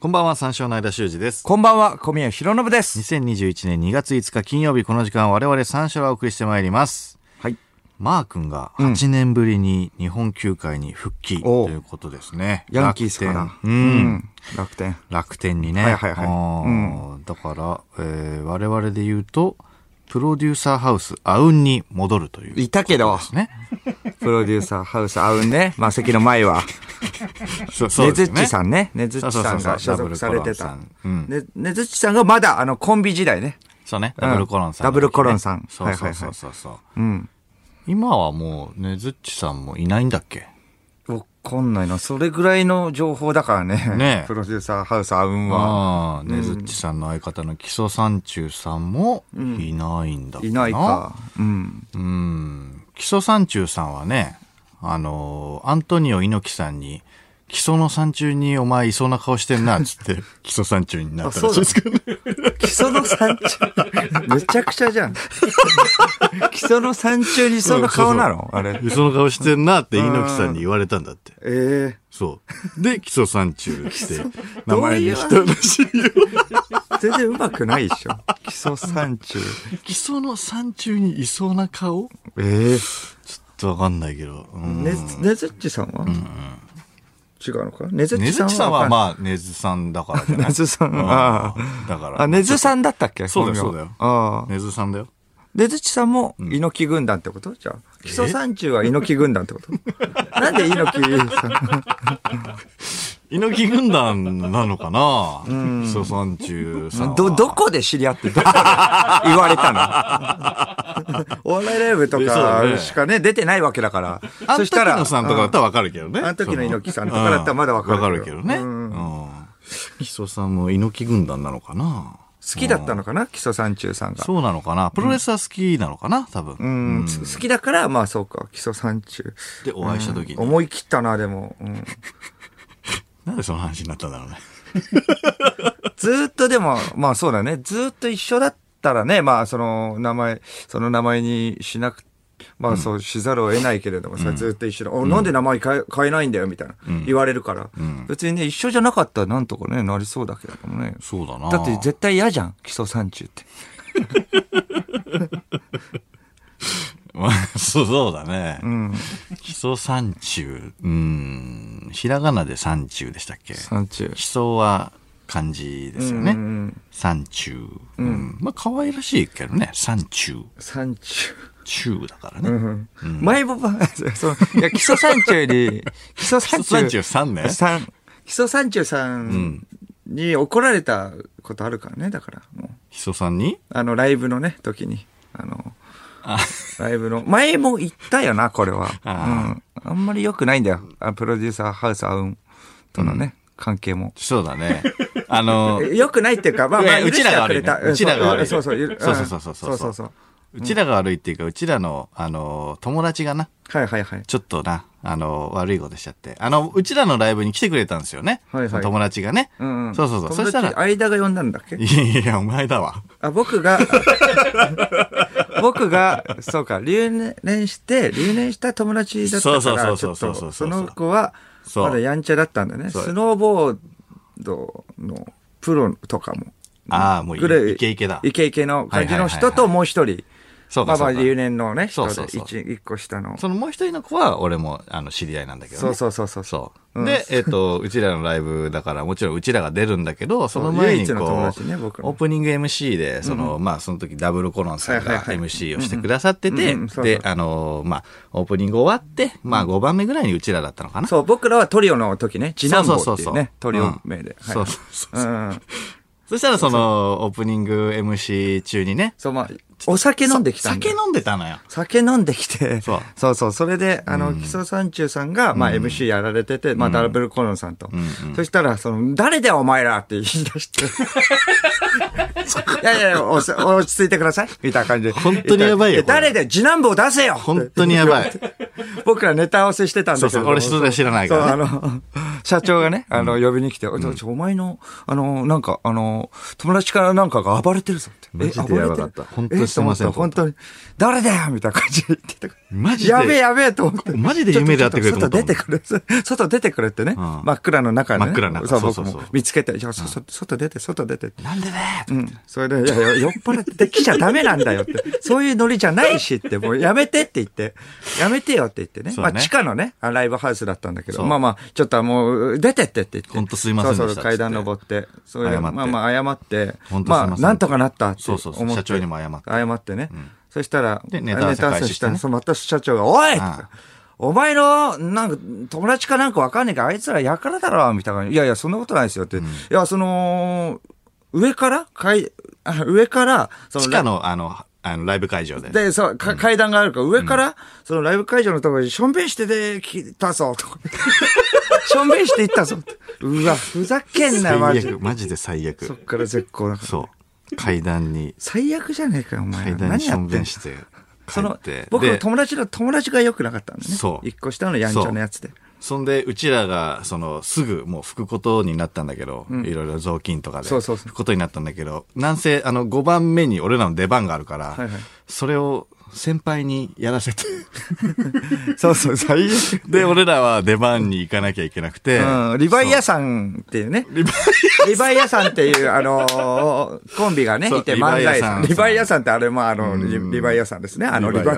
こんばんは、三照の間修二です。 こんばんは、小宮弘信です。 2021年2月5日金曜日、この時間我々三照がお送りしてまいります。 はい。 マー君が8年ぶりに日本球界に復帰ということですね。 ヤンキースかな。楽天にね。 だから、我々で言うと、プロデューサーハウスアウンに戻るという、 いたけど、ね、プロデューサーハウスアウンね。まあ席の前は。ねずっちさんね。ねずっちさんが所属されてた。ねずっちさんがまだコンビ時代ね。 そうね。ダブルコロンさん。 ダブルコロンさん。 そう。今はもうねずっちさんもいないんだっけ？ わかんないな。それぐらいの情報だからね。 ね。 プロデューサーハウスアウンは。 ねずっちさんの相方の木曽三中さんもいないんだっけな。 いないか。 木曽三中さんはね、アントニオ猪木さんに、木曽の山中にお前いそうな顔してんな、つって、木曽山中になったらしいですけどね。 木曽の山中めちゃくちゃじゃん。木曽の山中にいそうな顔なのあれ。 いそうな顔してんなって猪木さんに言われたんだって。そう。で、木曽山中って名前にしたらしいよ。 全然うまくないでしょ。木曽山中。 木曽の山中にいそうな顔？ちょっとわかんないけど。 ねずっちさんは違うのかな。ねずっちさんはまあ、ねずさんだからじゃない。 ねずさん。だから。 ねずさんだったっけ？ そうだよ。ねずさんだよ。 ねずっちさんも猪木軍団ってこと？じゃあ。木曽山中は猪木軍団ってこと？なんで猪木さん猪木軍団なのかな？木曽山中さんは。 どこで知り合って言われたの？お笑いライブとかしかね、出てないわけだから。 そしたら。あの時のさんとかだったらわかるけどね。 あの時の猪木さんとかだったらまだわかる。 わかるけどね。木曽さんも猪木軍団なのかな？ 好きだったのかな木曽山中さんが。 そうなのかな？プロレスは好きなのかな？多分。 好きだから、まあそうか、木曽山中。 で、お会いした時に。 思い切ったな、でも。 なんでその話になったんだろうね。 ずーっとでも、まあそうだね。ずーっと一緒だったらね、まあその名前にしなく、まあそうしざるを得ないけれどもさ、ずーっと一緒だ。なんで名前変えないんだよ、みたいな。言われるから。別にね、一緒じゃなかったらなんとかね、なりそうだけれどもね。 そうだな。 だって絶対嫌じゃん、木曽山中って。 そうだね。木曽山中。ひらがなで山中でしたっけ？ 山中。 木曽は漢字ですよね。山中。まあ可愛らしいけどね。山中。 山中。 中だからね。 前も、いや、木曽山中に、木曽山中さんね。 木曽山中さんに怒られたことあるからね、だから。 木曽さんに？ ライブのね、時に。ライブの。前も言ったよな、これは。あんまり良くないんだよ。プロデューサーハウスアウンとのね、関係も。 そうだね。 良くないっていうか、まあ、 うちらが悪い。うちらが悪い。 そう。 うちらが悪いっていうか、うちらの、友達がな。 はい。 ちょっとな、悪いことしちゃって。うちらのライブに来てくれたんですよね。友達がね。そう。そしたら。 間が呼んだんだっけ？ いや、お前だわ。 僕が、そうか、留年した友達だったから、ちょっと、その子は、まだやんちゃだったんだね。スノーボードのプロとかも。 もうイケイケだ。 イケイケの感じの人ともう一人。 まあ留年のね、人で一個下の。 そのもう一人の子は俺も知り合いなんだけどね。 そう。 で、うちらのライブだからもちろんうちらが出るんだけど、その前にこう、オープニング MC で、まあその時ダブルコロンさんが MC をしてくださってて、で、まあオープニング終わって、まあ5番目ぐらいにうちらだったのかな。 そう、僕らはトリオの時ね、次男坊っていうね、トリオ名で。 そう。そしたらオープニング MC 中にね。 そう、まあ、お酒飲んできたんだ。 酒飲んでたのよ。 酒飲んできて。そう。それで、木曽山中さんが、まあ MC やられてて、まあダブルコロンさんと。そしたら、誰だよお前らって言い出して。いや、落ち着いてください。みたいな感じで。 本当にやばいよ。 誰だよ次男坊出せよ本当にやばい。 僕らネタ合わせしてたんだけど。 そうそう、俺それ知らないから、 ね。そう、社長がね、呼びに来て、お前の、なんか、友達からなんかが暴れてるぞって。 マジでやばかった。本当にすいません。 本当に、誰だよみたいな感じで言ってた。 マジで。 やべえと思って。 マジで夢でやってくれと思った。 外出てくれってね。真っ暗の中でね。 真っ暗な中。 そう、僕も見つけて、じゃあ、外出て。 なんでねそれで、いや、酔っ払って来ちゃダメなんだよって。そういうノリじゃないしって、もうやめてって言って、やめてよって言ってね。まあ、地下のね、ライブハウスだったんだけど、まあ、ちょっともう、出てってって言って。 本当すいませんでした。 そう、階段登って、それで、まあ、謝って、 本当すいません。 なんとかなったって思って。 そう、社長にも謝ってね。そしたら、 ネタ合わせ開始したら、 また社長が、おいお前の、なんか、友達かなんかわかんねえか、あいつらやからだろみたいな。いや、そんなことないですよって。いや、上から、 地下の、ライブ会場で。 で、そう、階段があるから、上から、そのライブ会場のところに、しょんべんして来たぞ、と。しょんべんして行ったぞ。うわ、ふざけんなよ、 マジで最悪。 そっから絶好だから。 そう。階段に。 最悪じゃねえかよ、お前。 階段にしょんべんして。 僕の友達が良くなかったんだね。 そう。 一個下のやんちゃなやつで。 そんで、うちらが、すぐもう吹くことになったんだけど、いろいろ雑巾とかで。吹くことになったんだけど、なんせ、5番目に俺らの出番があるから、それを先輩にやらせて。 そう、最悪。 で、俺らは出番に行かなきゃいけなくて。 リヴァイアさんっていうね。リヴァイアさんっていう、コンビがね、いて漫才さん。リヴァイアさんってあれもリヴァイアさんですね。リヴァイア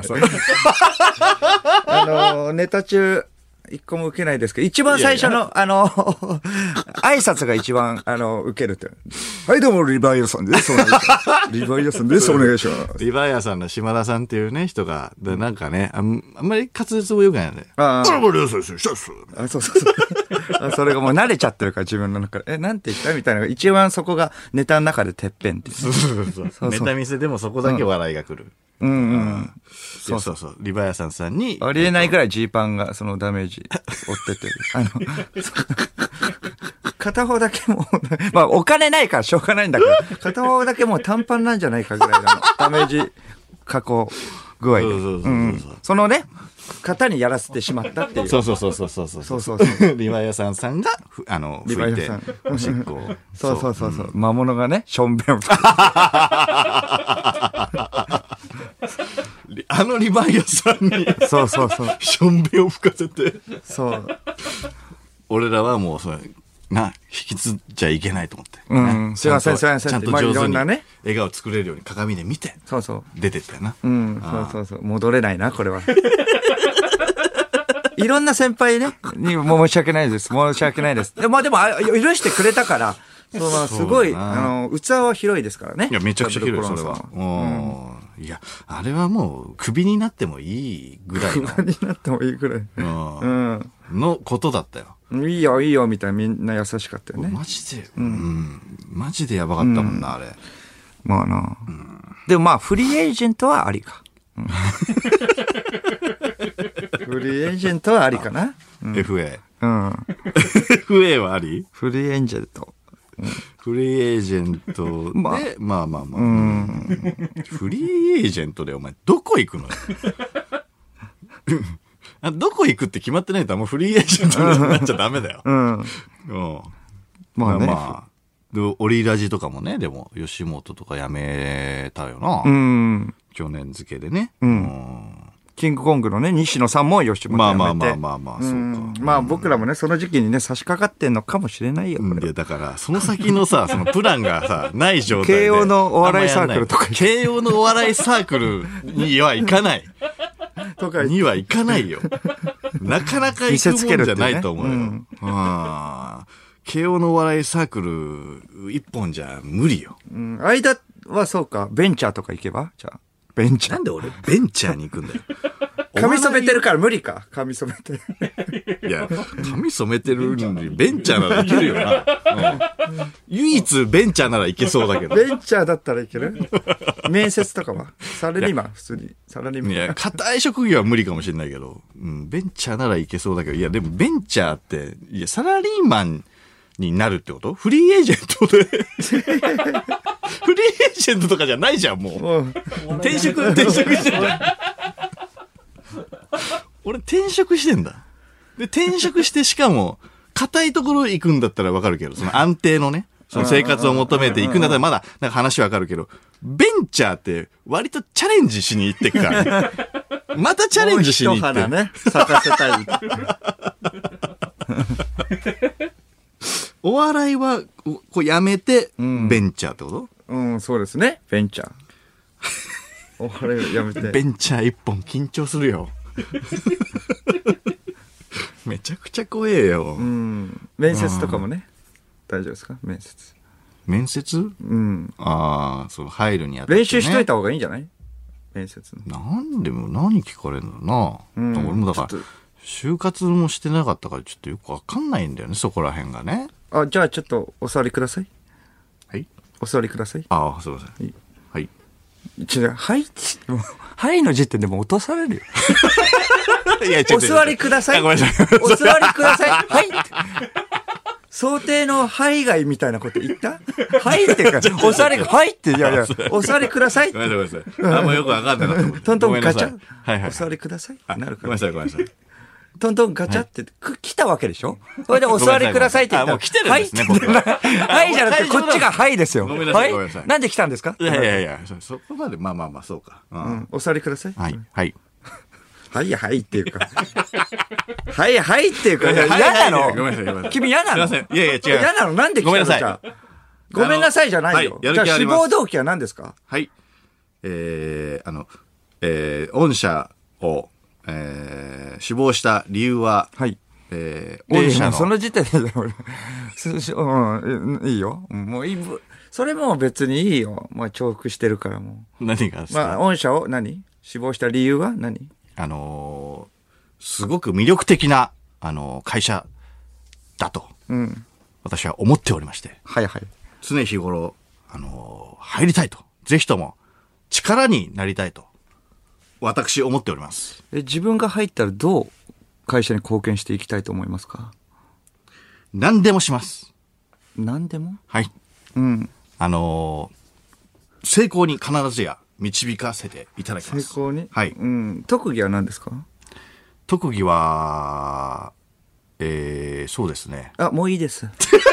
さん。ネタ中、一個も受けないですけど、一番最初の、挨拶が一番、受けるって。はい、どうも、リヴァイアさんです。リヴァイアさんです。お願いします。 リヴァイアさんの島田さんっていうね、人が、なんかね、あんまり滑舌も良くないよね。 そう。それがもう慣れちゃってるから、自分の中で。なんて言ったみたいな。一番そこがネタの中でてっぺんって。 そう。ネタ見せでもそこだけ笑いが来る。そう。リヴァイアさんに。 ありえないくらいジーパンがそのダメージ負ってて。片方だけもまあお金ないからしょうがないんだけど、片方だけもう短パンなんじゃないかぐらいのダメージ加工具合で。そのね、方にやらせてしまったっていう。 そう。リヴァイアさんが、拭いて、おしっこを。 そう。魔物がね、しょんべんを。 リヴァイアさんに、 そう。 しょんべんを吹かせて。 そう。 俺らはもう、引き継っちゃいけないと思って。 すいません。ちゃんと上手に笑顔作れるように鏡で見て。 そう。 出てったよな。 そう。戻れないな、これは。いろんな先輩ね、に申し訳ないです。でも、許してくれたから、すごい、器は広いですからね。 いや、めちゃくちゃ広い、それは。いや、あれはもう、クビになってもいいぐらいの。 クビになってもいいぐらい。 のことだったよ。 いいよ、みたいなみんな優しかったよね。 マジで、マジでやばかったもんな、あれ。 まあな。でもまあ、フリーエージェントはありか。フリーエージェントはありかな。 FA。FA はあり？ フリーエージェント。 フリーエージェントで、まあ。フリーエージェントでお前、どこ行くのよ。どこ行くって決まってないとあんまフリーエージェントになっちゃダメだよ。まあね。オリラジとかもね、でも、吉本とか辞めたよな。去年付けでね。 キングコングのね、西野さんも吉本辞めて。 まあ、そうか。 まあ僕らもね、その時期にね、差し掛かってんのかもしれないよ。 いや、だから、その先のさ、そのプランがさ、ない状態で。 慶応のお笑いサークルとか。 慶応のお笑いサークルには行かない。とかには行かないよ。なかなか行くもんじゃないと思うよ。慶応のお笑いサークル一本じゃ無理よ。 間はそうか、ベンチャーとか行けばじゃあ。ベンチャー。 なんで俺ベンチャーに行くんだよ。 髪染めてるから無理か。髪染めてる。いや、髪染めてるのにベンチャーならいけるよな。唯一ベンチャーならいけそうだけど。 ベンチャーだったらいける？面接とかはサラリーマン普通に。サラリーマン。 いや、固い職業は無理かもしれないけど、ベンチャーならいけそうだけど、いや、でもベンチャーって、いや、サラリーマンになるってこと？フリーエージェントで。フリーエージェントとかじゃないじゃん、もう。転職してるじゃん。 俺転職してんだ。で、転職してしかも、硬いところ行くんだったらわかるけど、その安定のね、その生活を求めていくんだったらまだ、なんか話わかるけど、ベンチャーって割とチャレンジしに行ってくからね。またチャレンジしに行って。 もう一花ね、咲かせたい。 お笑いは、こうやめて、ベンチャーってこと？ うん、そうですね。ベンチャー。お笑いやめて。 ベンチャー一本緊張するよ。めちゃくちゃ怖えよ。 面接とかもね。大丈夫ですか？面接。 面接？ああ、そう、入るにあたって、 ね。練習しといた方がいいんじゃない？面接。 なんでも何聞かれるのな。俺もだから、就活もしてなかったからちょっとよくわかんないんだよね、そこら辺がね。 あ、じゃあちょっとお座りください。 はい。 お座りください。 ああ、すいません。はい。 はい。はいの時点でもう落とされるよ。 いや、 お座りください。 ごめんなさい。 お座りください。はい。想定のはい以外みたいなこと言った？はいっていうか、お座り、はいって、いやいや、お座りください。 ごめんなさい。あんまよくわかんないな。 トントンガチャ。 はいはい。 お座りください。なるから。 ごめんなさい、ごめんなさい。 トントンガチャって、来たわけでしょ？それでお座りくださいって言ったら。 もう来てるんですね、僕は。 はいじゃなくて、こっちがはいですよ。 ごめんなさい、ごめんなさい。 なんで来たんですか？ いやいや、そこまで、まあ、そうか。 お座りください。 はい、はい。 はいはいっていうか。はいはいっていうか。嫌なの？ ごめんなさい。 君嫌なの？ すいません。いやいや、違う。 嫌なの？なんで来たの？ごめんなさい。ごめんなさいじゃないよ。じゃあ志望動機は何ですか？ はい。御社を、志望した理由は、 はい。 御社の。 その時点で、いいよ。もういい。それも別にいいよ。まあ重複してるからもう。何がですか？ まあ、御社を志望した理由は何？ すごく魅力的な、会社だと、私は思っておりまして。 はいはい。 常日頃、入りたいと。ぜひとも、力になりたいと。私、思っております。 自分が入ったらどう会社に貢献していきたいと思いますか？ 何でもします。 何でも？ はい。成功に必ずや導かせていただきます。 成功に？ はい。 特技は何ですか？ 特技は、そうですね。 あ、もういいです。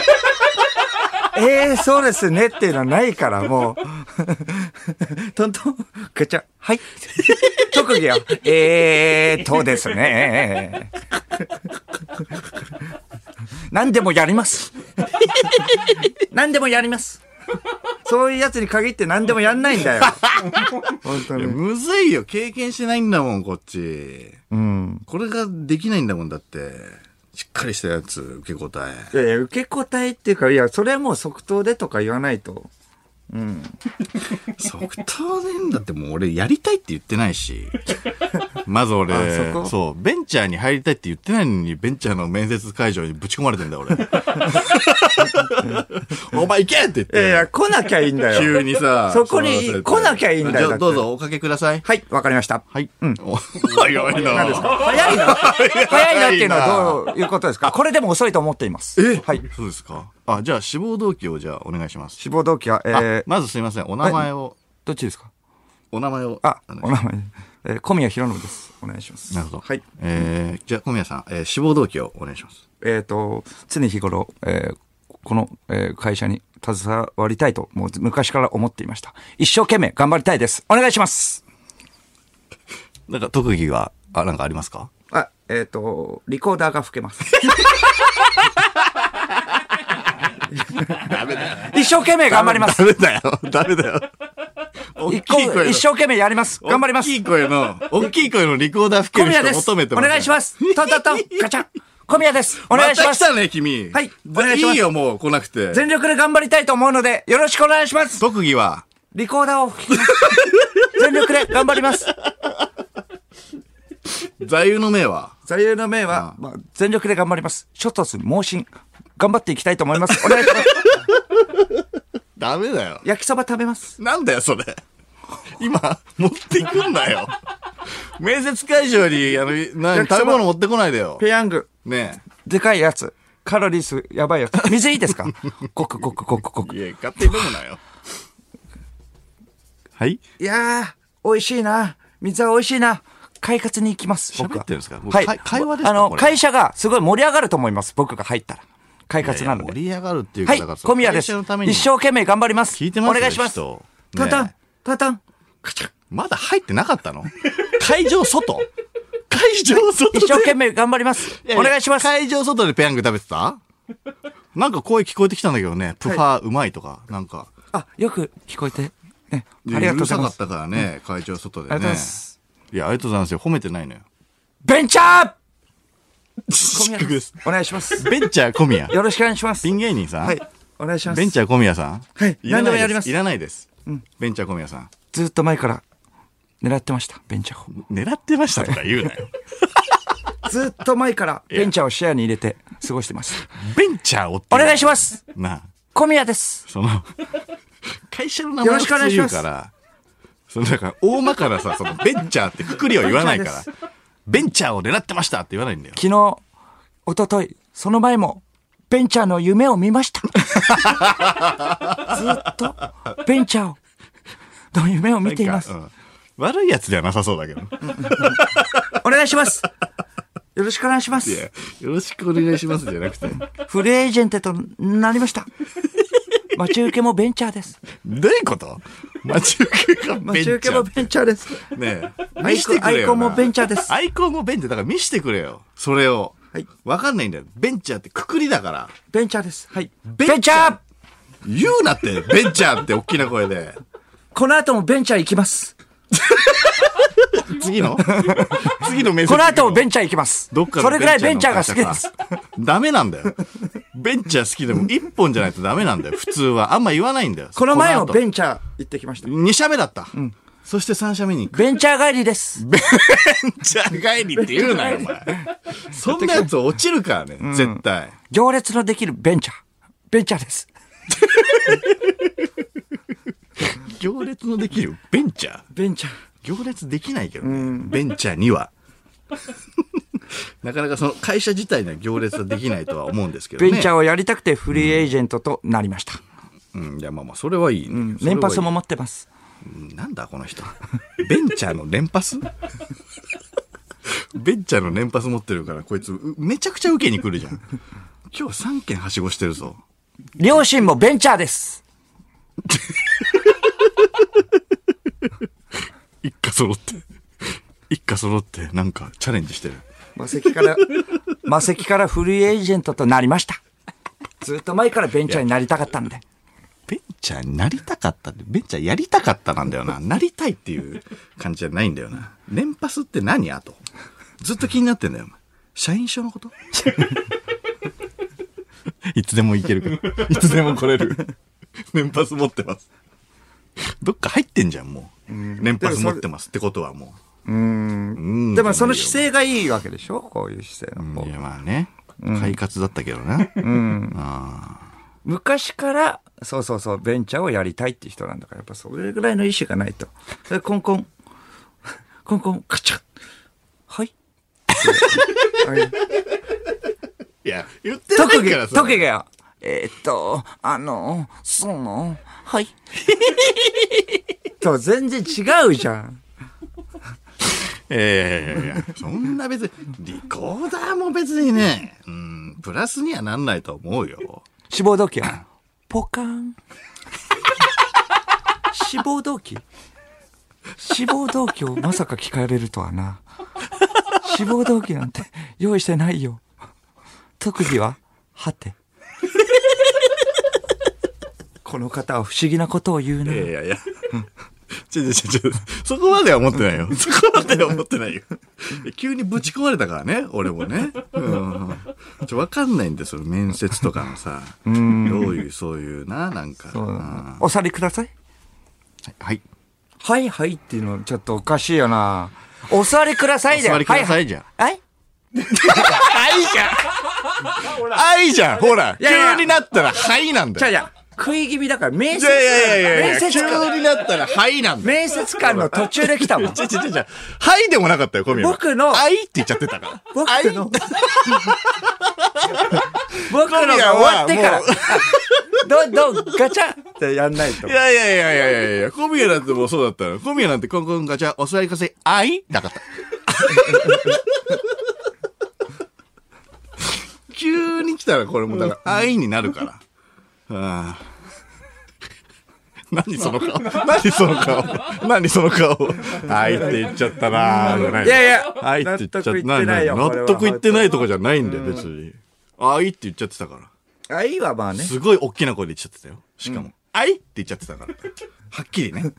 そうですねっていうのはないから、もう。トントン、ガチャ、はい。特技は、ですね。何でもやります。何でもやります。そういうやつに限って何でもやんないんだよ。本当に。 むずいよ。経験してないんだもん、こっち。これができないんだもんだって。しっかりしたやつ、受け答え。 いや受け答えっていうか、いや、それはもう即答でとか言わないと。 即答でんだってもう俺やりたいって言ってないし。まず俺、そう、ベンチャーに入りたいって言ってないのに、ベンチャーの面接会場にぶち込まれてんだ俺。お前行けって言って。 いや、来なきゃいいんだよ。 急にさ。 そこに来なきゃいいんだよ。 どうぞおかけください。 はい、わかりました。 はい。早いな。 何ですか？早いな。早いなっていうのはどういうことですか？これでも遅いと思っています。 はい。そうですか。じゃあ志望動機をじゃあお願いします。 志望動機は、 まずすいません。お名前を。 どっちですか？ お名前を。 お名前。小宮弘信です。お願いします。 なるほど。 はい。 じゃあ小宮さん、志望動機をお願いします。 常日頃、この、会社に携わりたいと、もう昔から思っていました。一生懸命頑張りたいです。お願いします。 なんか特技は、なんかありますか？ リコーダーが吹けます。 ダメだよ。 一生懸命頑張ります。 ダメだよ。 一生懸命やります。頑張ります。 大きい声のリコーダー吹ける人求めてます。 お願いします。トントントン、ガチャ。小宮です。お願いします。 また来たね、君。 はい。お願いします。 いいよ、もう来なくて。 全力で頑張りたいと思うので、よろしくお願いします。 特技はリコーダーを吹きます。全力で頑張ります。 座右の銘は全力で頑張ります。ショトス、猛進。頑張っていきたいと思います。お願いします。 ダメだよ。 焼きそば食べます。 なんだよ、それ。今、持ってくんなよ。面接会場に、食べ物持ってこないでよ。 ペヤング。 ねえ。 でかいやつ。カロリー数やばいやつ。水いいですか？ごくごくごくごく。 いや、勝手に飲むなよ。はい。 いやー、美味しいな。水は美味しいな。 快活に行きます。 喋ってるんですか？ はい。 会話ですか？ 会社がすごい盛り上がると思います。僕が入ったら。快活なので。 盛り上がるっていうか、 はい。小宮です。一生懸命頑張ります。 聞いてます？ お願いします。タタン、タタン、カチャン。 まだ入ってなかったの？会場外？会場外で一生懸命頑張ります。お願いします。 会場外でペヤング食べてた？なんか声聞こえてきたんだけどね。プファーうまいとか、なんか。 よく聞こえて。ね。ありがとうございます。 うるさかったからね、会場外でね。ありがとうございます。いや、ありがとうございますよ。褒めてないのよ。 ベンチャー失格です。 お願いします。 ベンチャー小宮。 よろしくお願いします。 ピン芸人さん？ はい。お願いします。 ベンチャー小宮さん？ はい。何でもやります。 いらないです。ベンチャー小宮さん。 ずっと前から狙ってました、ベンチャーを。 狙ってましたとか言うなよ。 ずっと前からベンチャーを視野に入れて過ごしてました。 ベンチャーをお願いします。 なあ。 小宮です。 会社の名前を普通言うから、だから大まかなさ、ベンチャーってくくりを言わないから、ベンチャーを狙ってましたって言わないんだよ。 昨日、一昨日、その前も、ベンチャーの夢を見ました。ずっと、ベンチャーの夢を見ています。 悪いやつではなさそうだけど。 お願いします。よろしくお願いします。いや、 よろしくお願いしますじゃなくて。 フリーエージェントとなりました。待ち受けもベンチャーです。 どういうこと？待ち受けがベンチャー。 待ち受けもベンチャーです。 ねえ。見してくれよ。 アイコンもベンチャーです。 アイコンもベンチャーだから見してくれよ。それを。はい。わかんないんだよ。ベンチャーってくくりだから。 ベンチャーです。はい。ベンチャー言うなって、ベンチャーって大きな声で。 この後もベンチャー行きます。 次の面接。 この後もベンチャー行きます。 どっかそれぐらいベンチャーが好きです。 ダメなんだよ。ベンチャー好きでも一本じゃないとダメなんだよ。普通は。あんま言わないんだよ。 この前もベンチャー行ってきました。 2社目だった。そして3社目に行く。 ベンチャー帰りです。 ベンチャー帰りって言うなよ、お前。そんなやつ落ちるからね、絶対。 行列のできるベンチャー。ベンチャーです。 行列のできるベンチャー？ ベンチャー。 行列できないけどね。ベンチャーには。なかなかその会社自体には行列はできないとは思うんですけどね。 ベンチャーをやりたくてフリーエージェントとなりました。 いや、まあそれはいいね。 年パスも持ってます。 なんだこの人。ベンチャーの年パス？ベンチャーの年パス持ってるから、こいつめちゃくちゃ受けに来るじゃん。今日3件はしごしてるぞ。 両親もベンチャーです。 一家揃ってなんかチャレンジしてる。 魔石からフリーエージェントとなりました。ずっと前からベンチャーになりたかったんで。 ベンチャーになりたかったって、ベンチャーやりたかったなんだよな。なりたいっていう感じじゃないんだよな。年パスって何？あと。ずっと気になってんだよ。社員証のこと？いつでも行けるから。いつでも来れる。年パス持ってます。どっか入ってんじゃん、もう。年パス持ってますってことはもう。 でもその姿勢がいいわけでしょ？こういう姿勢の。 いや、まあね。快活だったけどな。 昔から、そう、ベンチャーをやりたいっていう人なんだから、やっぱそれぐらいの意思がないと。それコンコン、カチャッ。はい。 いや、言ってないからさ。 特技が、はい。と全然違うじゃん。 いや、そんな別に、リコーダーも別にね、プラスにはなんないと思うよ。 志望動機は、ポカン。志望動機をまさか聞かれるとはな。志望動機なんて用意してないよ。特技は、はて。この方は不思議なことを言うな。 いや。そこまでは思ってないよ。そこまでは思ってないよ。急にぶち込まれたからね、俺もね。わかんないんだよ、その面接とかのさ。どういう、そういうな、なんか。 お座りください。 はい。 はいっていうのちょっとおかしいよな。お座りくださいじゃん。 お座りくださいじゃん。 はいはいじゃんほら急になったらはいなんだよ。 食い気味だから面接急になったらはいなんだよ。 面接官の途中で来たもん。 はいでもなかったよ、小宮。 僕のはいって言っちゃってたから。 僕のが終わってからガチャってやんないと。 いや、小宮なんてもうそうだったの。小宮なんてコンコンガチャお座りください。あいなかった。 急に来たらこれもだから愛になるから。あ何その顔何その顔何その顔愛って言っちゃったなぁ。 いやいや、 愛って言っちゃった。 納得いってないよ。 納得いってないとかじゃないんだよ、別に。愛って言っちゃってたから。 愛はまあね。 すごい大きな声で言っちゃってたよ。しかも。愛って言っちゃってたから。はっきりね。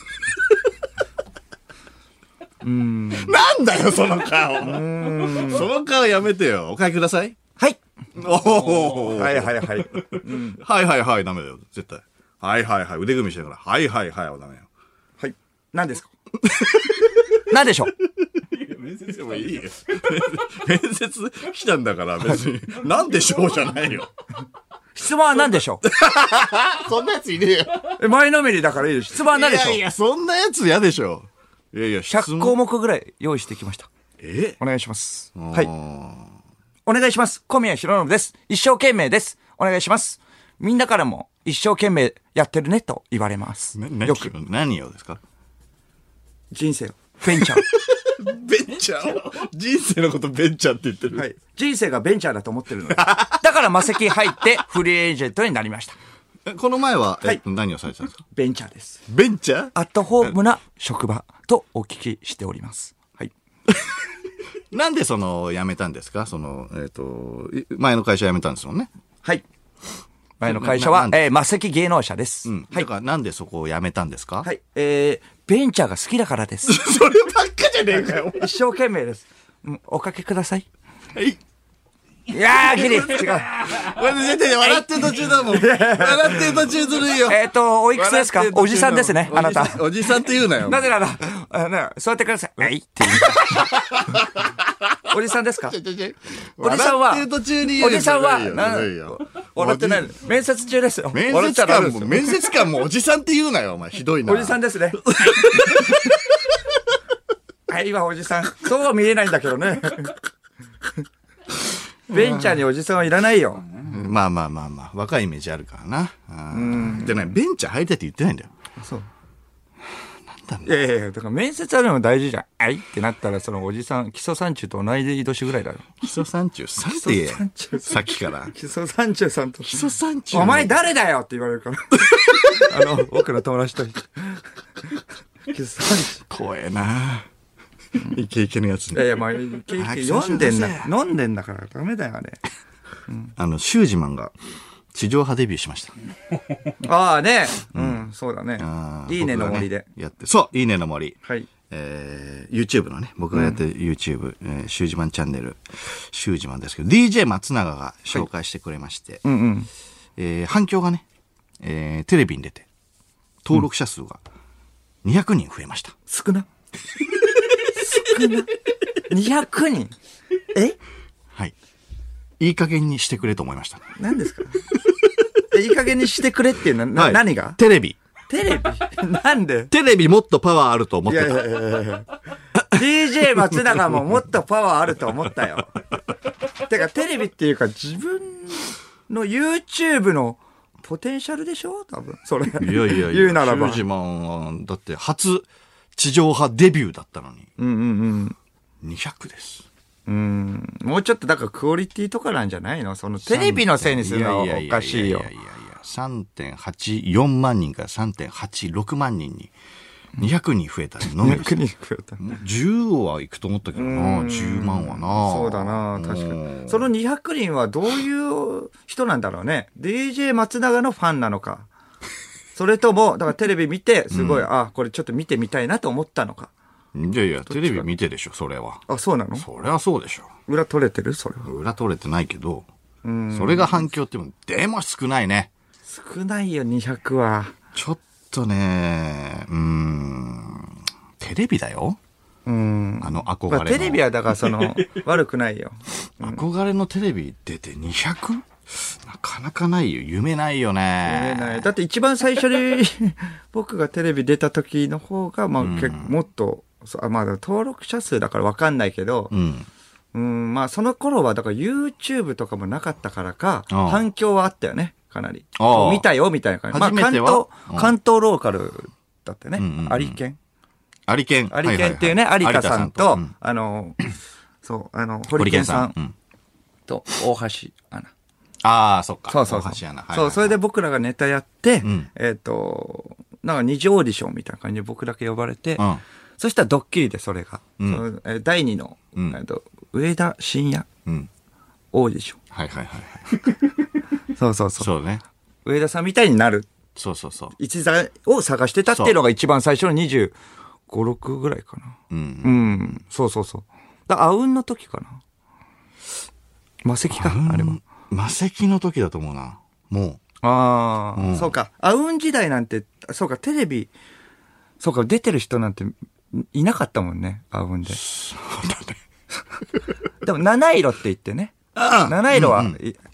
なんだよ、その顔。その顔やめてよ。お買いください。 はい。 おお。 はいはいはい。 はいはいはい、ダメだよ。絶対。はいはいはい。腕組みしてるから。はいはいはいはダメよ。 はい。何ですか何でしょう面接でもいいよ。面接来たんだから別に。なんでしょうじゃないよ。 質問は何でしょうそんなやついねえよ。 前のめりだからいいです。質問は何でしょういやいや、そんなやつ嫌でしょ。いやいや、 100項目ぐらい用意してきました。お願いします。はい。お願いします。小宮浩信です。一生懸命です。お願いします。みんなからも一生懸命やってるねと言われます。 よく。何をですか？ 人生を。ベンチャー。 ベンチャー人生のことベンチャーって言ってる。 はい。人生がベンチャーだと思ってるの。だからマセキ入ってフリーエージェントになりました。 この前は、何をされてたんですか？ ベンチャーです。 ベンチャー？ アットホームな職場とお聞きしております。はい。 なんで辞めたんですか？前の会社辞めたんですもんね。 はい。前の会社は、マセキ芸能社です。 はい。だからなんでそこを辞めたんですか？ はい。ベンチャーが好きだからです。 そればっかじゃねえかよ。 一生懸命です。おかけください。 はい。 いやー、ギリ違う。 俺絶対笑ってる途中だもん。笑ってる途中ずるいよ。 おいくつですか？おじさんですね、あなた。 おじさんって言うなよ。 なぜなら、座ってください。はいって言う。おじさんですか？おじさんは、おじさんは、笑ってない。面接中ですよ。 面接官もおじさんって言うなよ、お前。ひどいな。 おじさんですね。はいはおじさん。そうは見えないんだけどね。ベンチャーにおじさんはいらないよ。 まあまあまあまあ。若いイメージあるからな。でね、ベンチャー入りたいって言ってないんだよ。 そう。 なんだいやいや、だから面接あるのも大事じゃん。はいってなったら、そのおじさん、基礎山中と同い年ぐらいだろ。 基礎山中さんって言え。さっきから。 基礎山中さんと。 基礎山中。 お前誰だよって言われるから。僕の友達と。基礎山中。 怖えなイケイケのやつに。 いやいや、まあ、イケイケ飲んでんだからダメだよ、あれ。 シュージマンが地上波デビューしました。 ああね。うん、そうだね。いいねの森で。 やって。そう、いいねの森。 はい。 YouTube のね、僕がやってる YouTube、シュージマンチャンネル、シュージマンですけど、DJ 松永が紹介してくれまして、反響がね、テレビに出て、登録者数が200人増えました。 少な。200人はい。いい加減にしてくれと思いました。 何ですか？いい加減にしてくれっていうのは、何が？ テレビなんで？ テレビもっとパワーあると思ってた。いや DJ 松永ももっとパワーあると思ったよ。てかテレビっていうか自分の YouTube のポテンシャルでしょ多分。それ。 いや言うならば。 シュージマンは、だって初地上波デビューだったのに。200です。 もうちょっとだからクオリティとかなんじゃないの？そのテレビのせいにするのはおかしいよ。 3.84 万人から 3.86 万人に200人増えたら飲める。 200人増えた。 10はいくと思ったけどな。10万はな。 そうだな、確かに。その200人はどういう人なんだろうね。DJ 松永のファンなのか。それとも、だからテレビ見て、すごい、これちょっと見てみたいなと思ったのか。 いやいや、テレビ見てでしょ、それは。 あ、そうなの？ それはそうでしょ。 裏取れてる？それは。 裏取れてないけど、それが反響っても、でも少ないね。 少ないよ、200は。 ちょっとね、テレビだよ。憧れの。 テレビはだから悪くないよ。 憧れのテレビ出て 200？ なかなかないよ。夢ないよね。 夢ない。だって一番最初に僕がテレビ出た時の方が、もっと、まあ登録者数だから分かんないけど、まあその頃はだから YouTube とかもなかったからか、反響はあったよね、かなり。見たよ、みたいな感じ。まあ関東ローカルだってね、有県。 アリケン。 アリケンっていうね、有田さんと、そう、ホリケンさんと、大橋アナ。 ああ、そっか。 そうそうそう。そう、それで僕らがネタやって、なんか二次オーディションみたいな感じで僕だけ呼ばれて、そしたらドッキリでそれが、第2の、上田晋也オーディション。 はいはいはい。 そうそうそう。 そうね。 上田さんみたいになる。 そうそうそう。 一座を探してたっていうのが一番最初の25、6ぐらいかな。そうそうそう。あうんの時かな。魔石か、あれは。 魔石の時だと思うな。もう。ああ、そうか。あうん時代なんて、そうか、テレビ、そうか、出てる人なんていなかったもんね、あうんで。そうだね。でも、七色って言ってね。七色は、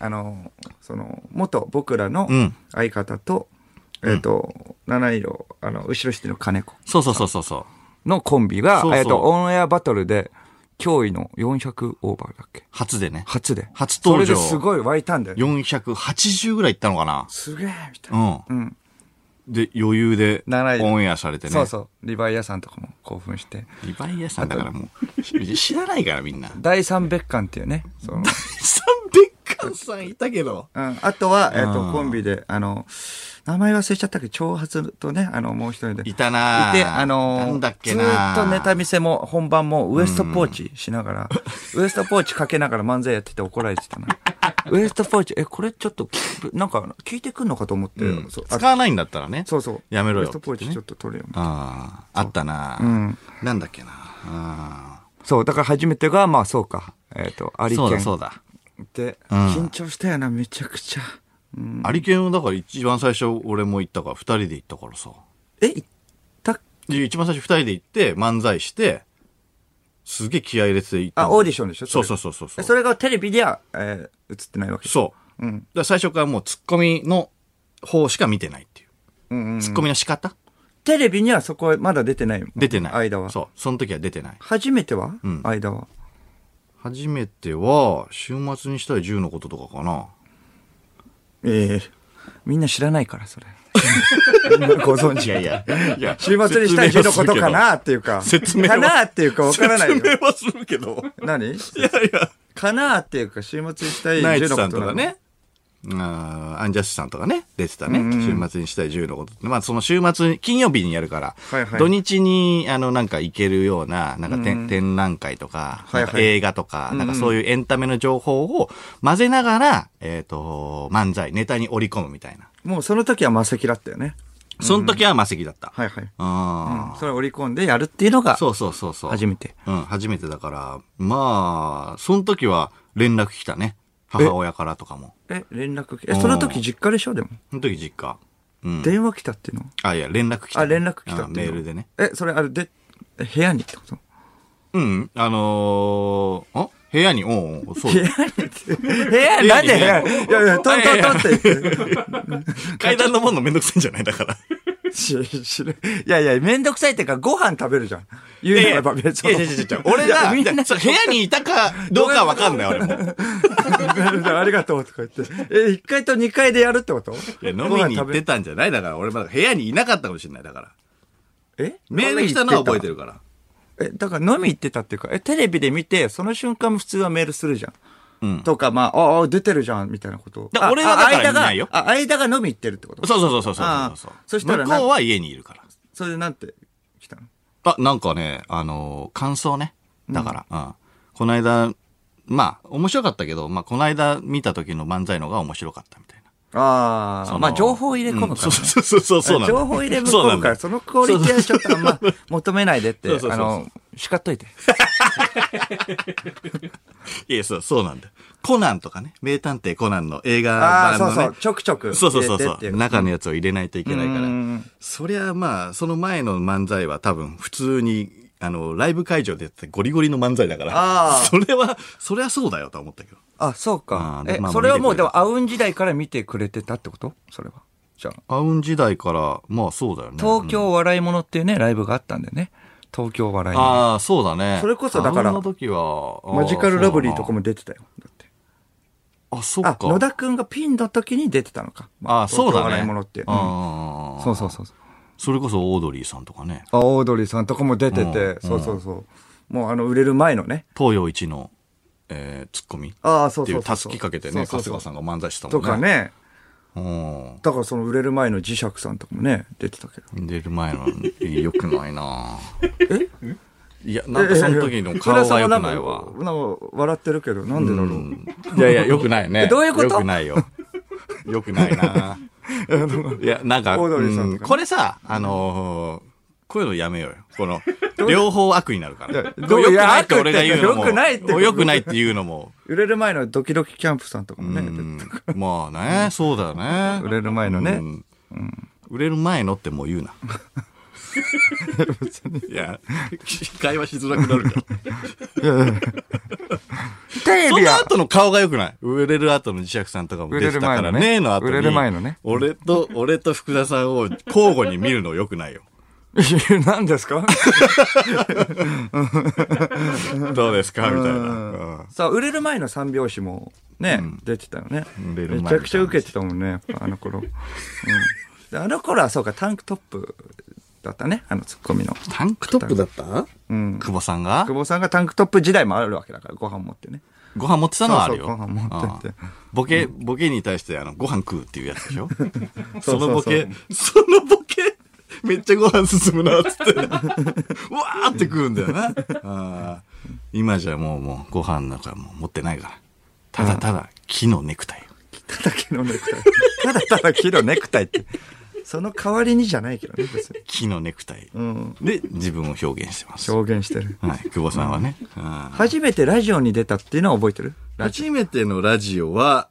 元僕らの相方と、七色、後ろシティの金子。 そうそうそうそう。 のコンビが、オンエアバトルで、驚異の400オーバーだっけ？ 初でね。 初で。 初登場。 それですごい湧いたんだよね。 480ぐらいいったのかな？ すげえみたいな。 で、余裕でオンエアされてね。 そうそう。リヴァイアさんとかも興奮して。 リヴァイアさんだからもう、知らないからみんな。 第三別館っていうね。 第三別館さんいたけど。 あとは、コンビで、名前忘れちゃったけど、長髪とね、もう一人で。 いたなぁ。 いて、 なんだっけなずーっとネタ見せも本番もウエストポーチしながら、ウエストポーチかけながら漫才やってて怒られてたな。ウエストポーチ、これちょっと、なんか聞いてくんのかと思って。 使わないんだったらね。 そうそう。 やめろよ。 ウエストポーチちょっと取れよ。 あったなぁ。なんだっけなそう、だから初めてが、まあそうか。アリケン。 そうだ。 で、緊張したよな、めちゃくちゃ。 アリケンはだから一番最初俺も行ったから、二人で行ったからさ。 行った一番最初二人で行って漫才して、すげえ気合い入れて行った。 オーディションでしょ？ そうそうそうそう。 それがテレビでは、映ってないわけ？ そう。だから最初からもうツッコミの方しか見てないっていう。ツッコミの仕方？ テレビにはそこはまだ出てないもん。 出てない。 間は。 そう。その時は出てない。 初めては？間は。 初めては、週末にしたい10のこととかかな。 みんな知らないから、それ。みんなご存知。 いや、 週末にしたい10のことかなっていうか。 説明かなっていうか分からないよ。 説明はするけど。 何？ いや。 かなっていうか、週末にしたい10のことナイツさんとかね。アンジャッシュさんとかね、出てたね。週末にしたい10のこと。まあ、その週末、金曜日にやるから、土日に、なんか行けるような、なんか展覧会とか、映画とか、なんかそういうエンタメの情報を混ぜながら、漫才、ネタに織り込むみたいな。 もうその時は魔石だったよね。 その時は魔石だった。 はいはい。それを織り込んでやるっていうのが、 そう。 初めて。 初めてだから、まあ、その時は連絡来たね。母親からとかも。 連絡来た。その時実家でしょでも。 その時実家。 電話来たっていうの？ いや、連絡来た。 連絡来たってメールでね。 それで、部屋にってこと？ 部屋に、そう。 部屋になんで部屋に？いや、トンって言って。 階段のもんのめんどくさいんじゃないだから。 いや、めんどくさいっていうか、ご飯食べるじゃん。言うのが別に。 俺が、みんな、部屋にいたかどうかわかんない、俺も。 ありがとうとか言って。1階と2階でやるってこと？いや、飲みに行ってたんじゃないだから、俺まだ部屋にいなかったかもしれない、だから。メール来たのは覚えてるから。 だから飲み行ってたっていうか、テレビで見て、その瞬間も普通はメールするじゃん。とか、まあ、出てるじゃん、みたいなことを。 俺はだからいないよ。 間が飲み行ってるってこと？ そう。 そしたら向こうは家にいるから。 それでなんて来たの？ なんかね、感想ね。だから、この間、まあ、面白かったけど、まあ、この間見た時の漫才のが面白かったみたいな。 まあ、情報入れ込むから、ね。 そうなんだ。 情報入れ込むから、そのクオリティはちょっとあんま求めないでって、叱っといて。 いや、そうなんだ。コナンとかね、名探偵コナンの映画版のね。 そう、ちょくちょく。 そう。中のやつを入れないといけないから。そりゃまあ、その前の漫才は多分普通に、ライブ会場でやってゴリゴリの漫才だから。そりゃそうだよと思ったけど。 そうか。それはもう、でも、アウン時代から見てくれてたってこと？それは。じゃあ。 アウン時代から、まあそうだよね。 東京笑い物っていうね、ライブがあったんだよね。東京笑い物。 そうだね。 それこそだから、 の時はマジカルラブリーとかも出てたよ。だって。 そうか。 野田くんがピンの時に出てたのか。 そうだね。 笑い物っていう。そう。 それこそオードリーさんとかね。 オードリーさんとかも出てて、そうそうそう。もう売れる前のね。 東洋一の、ツッコミ。 そうそう。 っていうたすきかけてね、春日さんが漫才したもんね。 とかね。 だからその売れる前の磁石さんとかもね、出てたけど。 出る前の、よくないないや、なんかその時の顔がよくないわ。 なんか笑ってるけど、なんでだろう。 いやいや、よくないね。 どういうこと？ よくないよ。よくないな。いや、なんか、これさ、こういうのやめようよ。この、両方悪になるから。よくないって俺が言うのも。よくないって言うのも。 売れる前のドキドキキャンプさんとかもね。 まあね、そうだよね。 売れる前のね。 売れる前のってもう言うな。いや、会話しづらくなるから。その後の顔が良くない。売れる後の磁石さんとかも出てたからね。の後に。 売れる前のね。 俺と福田さんを交互に見るの良くないよ。 何ですかどうですかみたいな。 さあ、売れる前の三拍子もね、出てたよね。めちゃくちゃ受けてたもんね、あの頃。あの頃はそうか、タンクトップだったね、ツッコミの。 タンクトップだった？久保さんがタンクトップ時代もあるわけだから、ご飯持ってね。 ご飯持ってたのはあるよ。 ご飯持ってて。 ボケに対してご飯食うっていうやつでしょそのボケ、めっちゃご飯進むな、つって。うわーって食うんだよな。今じゃもうご飯なんかもう持ってないから。ただ木のネクタイ。 ただ木のネクタイ。ただ木のネクタイって。その代わりにじゃないけどね、別に。 木のネクタイ。で、自分を表現してます。 表現してる。 はい、久保さんはね。 初めてラジオに出たっていうのは覚えてる？ 初めてのラジオは、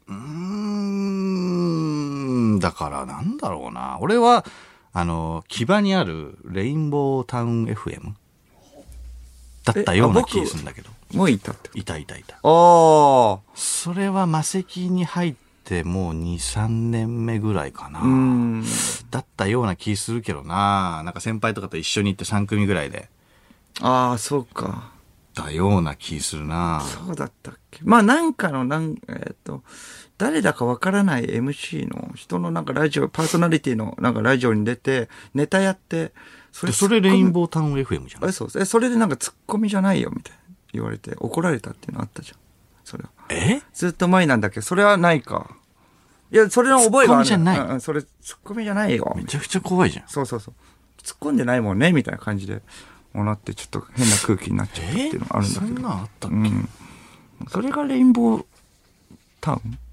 だからなんだろうな。俺は、木場にあるレインボータウン FM だったような気がするんだけど。 もういたって。 いた。 それは魔石に入ってもう2、3年目ぐらいかな。だったような気するけどな。なんか先輩とかと一緒に行って3組ぐらいで。 そうか。 だような気するな。 そうだったっけ。まあなんかの、誰だかわからない MC の人のなんかラジオ、パーソナリティのなんかラジオに出て、ネタやって、 それレインボータウン FM じゃん。 そう。それでなんかツッコミじゃないよみたいな言われて怒られたっていうのあったじゃん。それは。ずっと前なんだけど、それはないか。いや、それの覚えがある。 ツッコミじゃない。 それツッコミじゃないよ。 めちゃくちゃ怖いじゃん。 そう。突っ込んでないもんね、みたいな感じで。なってちょっと変な空気になっちゃったっていうのがあるんだけど。 そんなあったっけ？ それがレインボータウン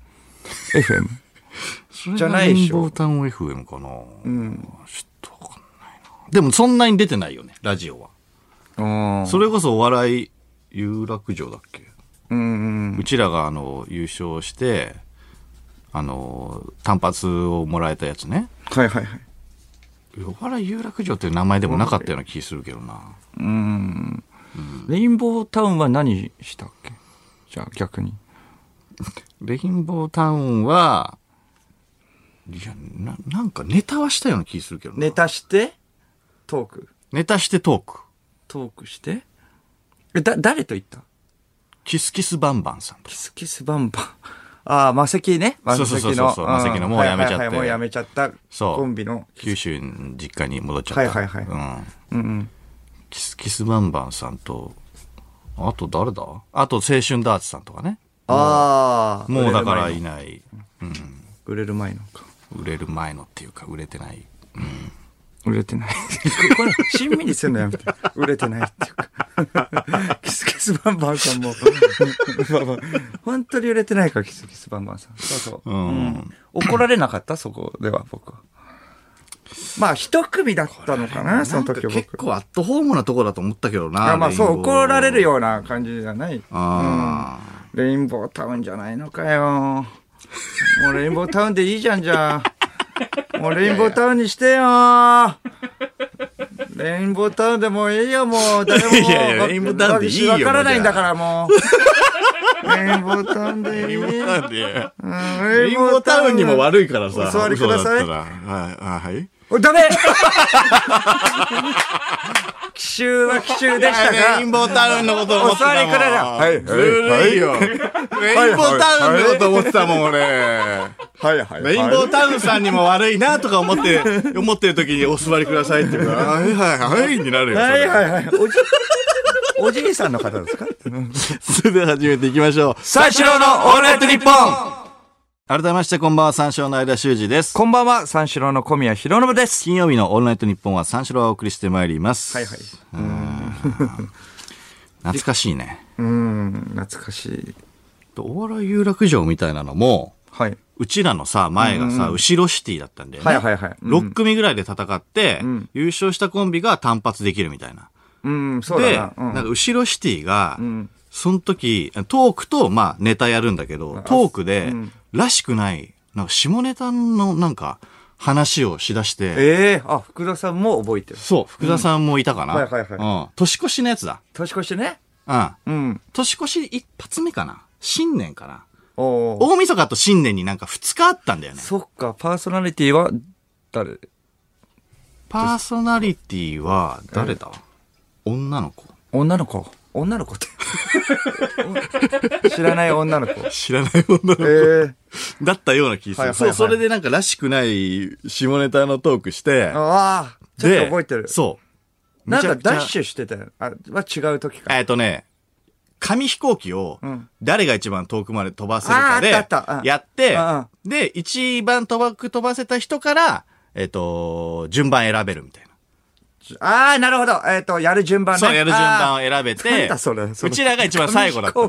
FM じゃないでしょ。 レインボータウン FM かな。ちょっとわかんないな。でもそんなに出てないよね、ラジオは。それこそお笑い有楽町だっけ？うちらが優勝して、単発をもらえたやつね。 はい。 お笑い有楽町っていう名前でもなかったような気するけどな。 レインボータウンは何したっけ？じゃあ逆に。 レインボータウンは、いや、なんかネタはしたような気するけどな。 ネタしてトーク。 ネタしてトーク。 トークして？誰と言った？ キスキスバンバンさんと。 キスキスバンバン。魔石ね。 そう。魔石のもうやめちゃって。 もうやめちゃった。コンビの。 九州に実家に戻っちゃった。 はい。 キスキスバンバンさんと、あと誰だ？あと青春ダーツさんとかね。もうだからいない。 売れる前のか。 売れる前のっていうか、売れてない。 売れてない。これ、しんみりするのやめて。売れてないっていうか。キスキスバンバンさんも。本当に売れてないか、キスキスバンバンさん。そう。怒られなかったそこでは、僕は。まあ、一組だったのかな、その時は僕。 結構アットホームなとこだと思ったけどな。 まあ、そう、怒られるような感じじゃない。レインボータウンじゃないのかよ。もうレインボータウンでいいじゃん、じゃあ。もうレインボータウンにしてよ。レインボータウンでもういいよ、もう。誰ももう。 いや、レインボータウンでいいよ。 わからないんだから、もう。レインボータウンでいい。レインボータウンにも悪いからさ。 お座りください。 はい。 ダメ奇襲は奇襲でしたが。 レインボータウンのこと思ってたもん。 お座りくれよ。はい。 ずるいよ。レインボータウンのこと思ってたもん、俺。 はいはい。 レインボータウンさんにも悪いなとか思ってる時にお座りくださいって言うから、はいはいはいになるよ。 はいはいはい。おじいさんの方ですか？ それでは始めていきましょう。 三四郎のオールナイトニッポン。 改めましてこんばんは、三四郎の間修二です。 こんばんは、三四郎の小宮浩信です。 金曜日のオールナイトニッポンは三四郎をお送りしてまいります。 はいはい。 懐かしいね。 懐かしい。 お笑い有楽町みたいなのも、 はい。 うちらのさ、前がさ、後ろシティだったんだよね。 はいはいはい。 6組ぐらいで戦って、優勝したコンビが単発できるみたいな。 そうだな。 で、なんか後ろシティが、その時、トークと、まあ、ネタやるんだけど、トークで、らしくない、なんか下ネタのなんか、話をしだして。 福田さんも覚えてる。 そう、福田さんもいたかな。 はいはいはい。 年越しのやつだ。 年越しね。 年越し一発目かな。新年かな。 大晦日と新年になんか2日あったんだよね。 そっか、パーソナリティは誰？ パーソナリティは誰だ？女の子って知らない女の子だったような気がする。そう、それでなんからしくない下ネタのトークして、 ちょっと覚えてる。 そう。 なんかダッシュしてたよ。は違う時か。 紙飛行機を誰が一番遠くまで飛ばせるかでやって、で、一番飛ばせた人から、順番選べるみたいな。 なるほど。やる順番ね。 そう、やる順番を選べて、 なんだそれ。 うちらが一番最後だった。ど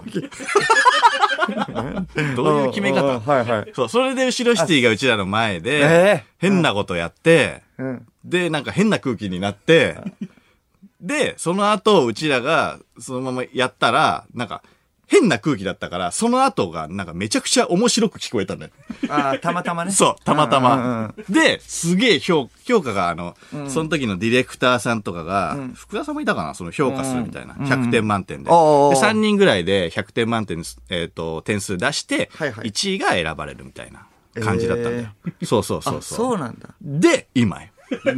ういう決め方？ はいはい。 そう、それで後ろシティがうちらの前で、変なことやって、で、なんか変な空気になって、で、その後、うちらがそのままやったら、なんか、変な空気だったから、その後がなんかめちゃくちゃ面白く聞こえたんだよ。 たまたまね。 そう、たまたま。で、すげえ評価がその時のディレクターさんとかが、福田さんもいたかな、その評価するみたいな。100点満点で。で、3人ぐらいで100点満点の、点数出して、1位が選ばれるみたいな感じだったんだよ。そう。 そうなんだ。 で、今よ。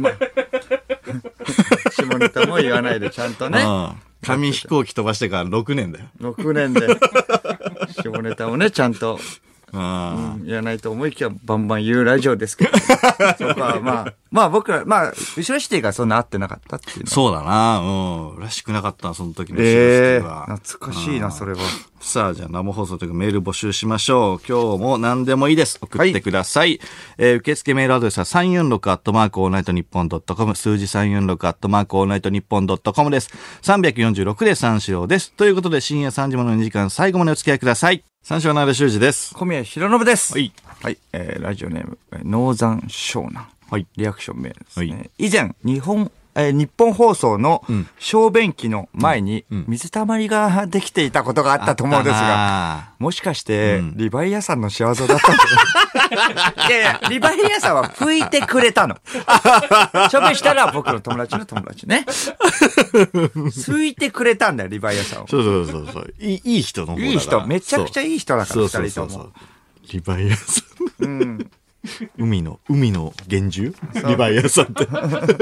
下ネタも言わないでちゃんとね。 紙飛行機飛ばしてから6年だよ。 6年で。下ネタをね、ちゃんと。言わないと思いきやバンバン言うラジオですけど。そこはまあ僕ら、後ろシティがそんな合ってなかったっていうの。 そうだな。らしくなかったその時の後ろシティは。 懐かしいな、それは。 さあ、じゃあ生放送というかメール募集しましょう。今日も何でもいいです。送ってください。受付メールアドレスは346@allnightnippon.com、数字346@allnightnippon.com です。346で三四郎です。ということで深夜3時までの2時間最後までお付き合いください。三四郎の間修二です。 小宮浩信です。 はい。 はい。ラジオネーム、ノーザン湘南。 はい。 リアクションメールですね。はい、以前、日本放送の小便器の前に水たまりができていたことがあったと思うんですが、もしかしてリヴァイアさんの仕業だったんいや、リヴァイアさんは拭いてくれたの。小便したら僕の友達の友達ね。拭いてくれたんだよ、リヴァイアさんを。 そう。いい人の方だから。 いい人、めちゃくちゃいい人だから、二人とも。そう。 リヴァイアさん。海の幻獣リヴァイアさんって。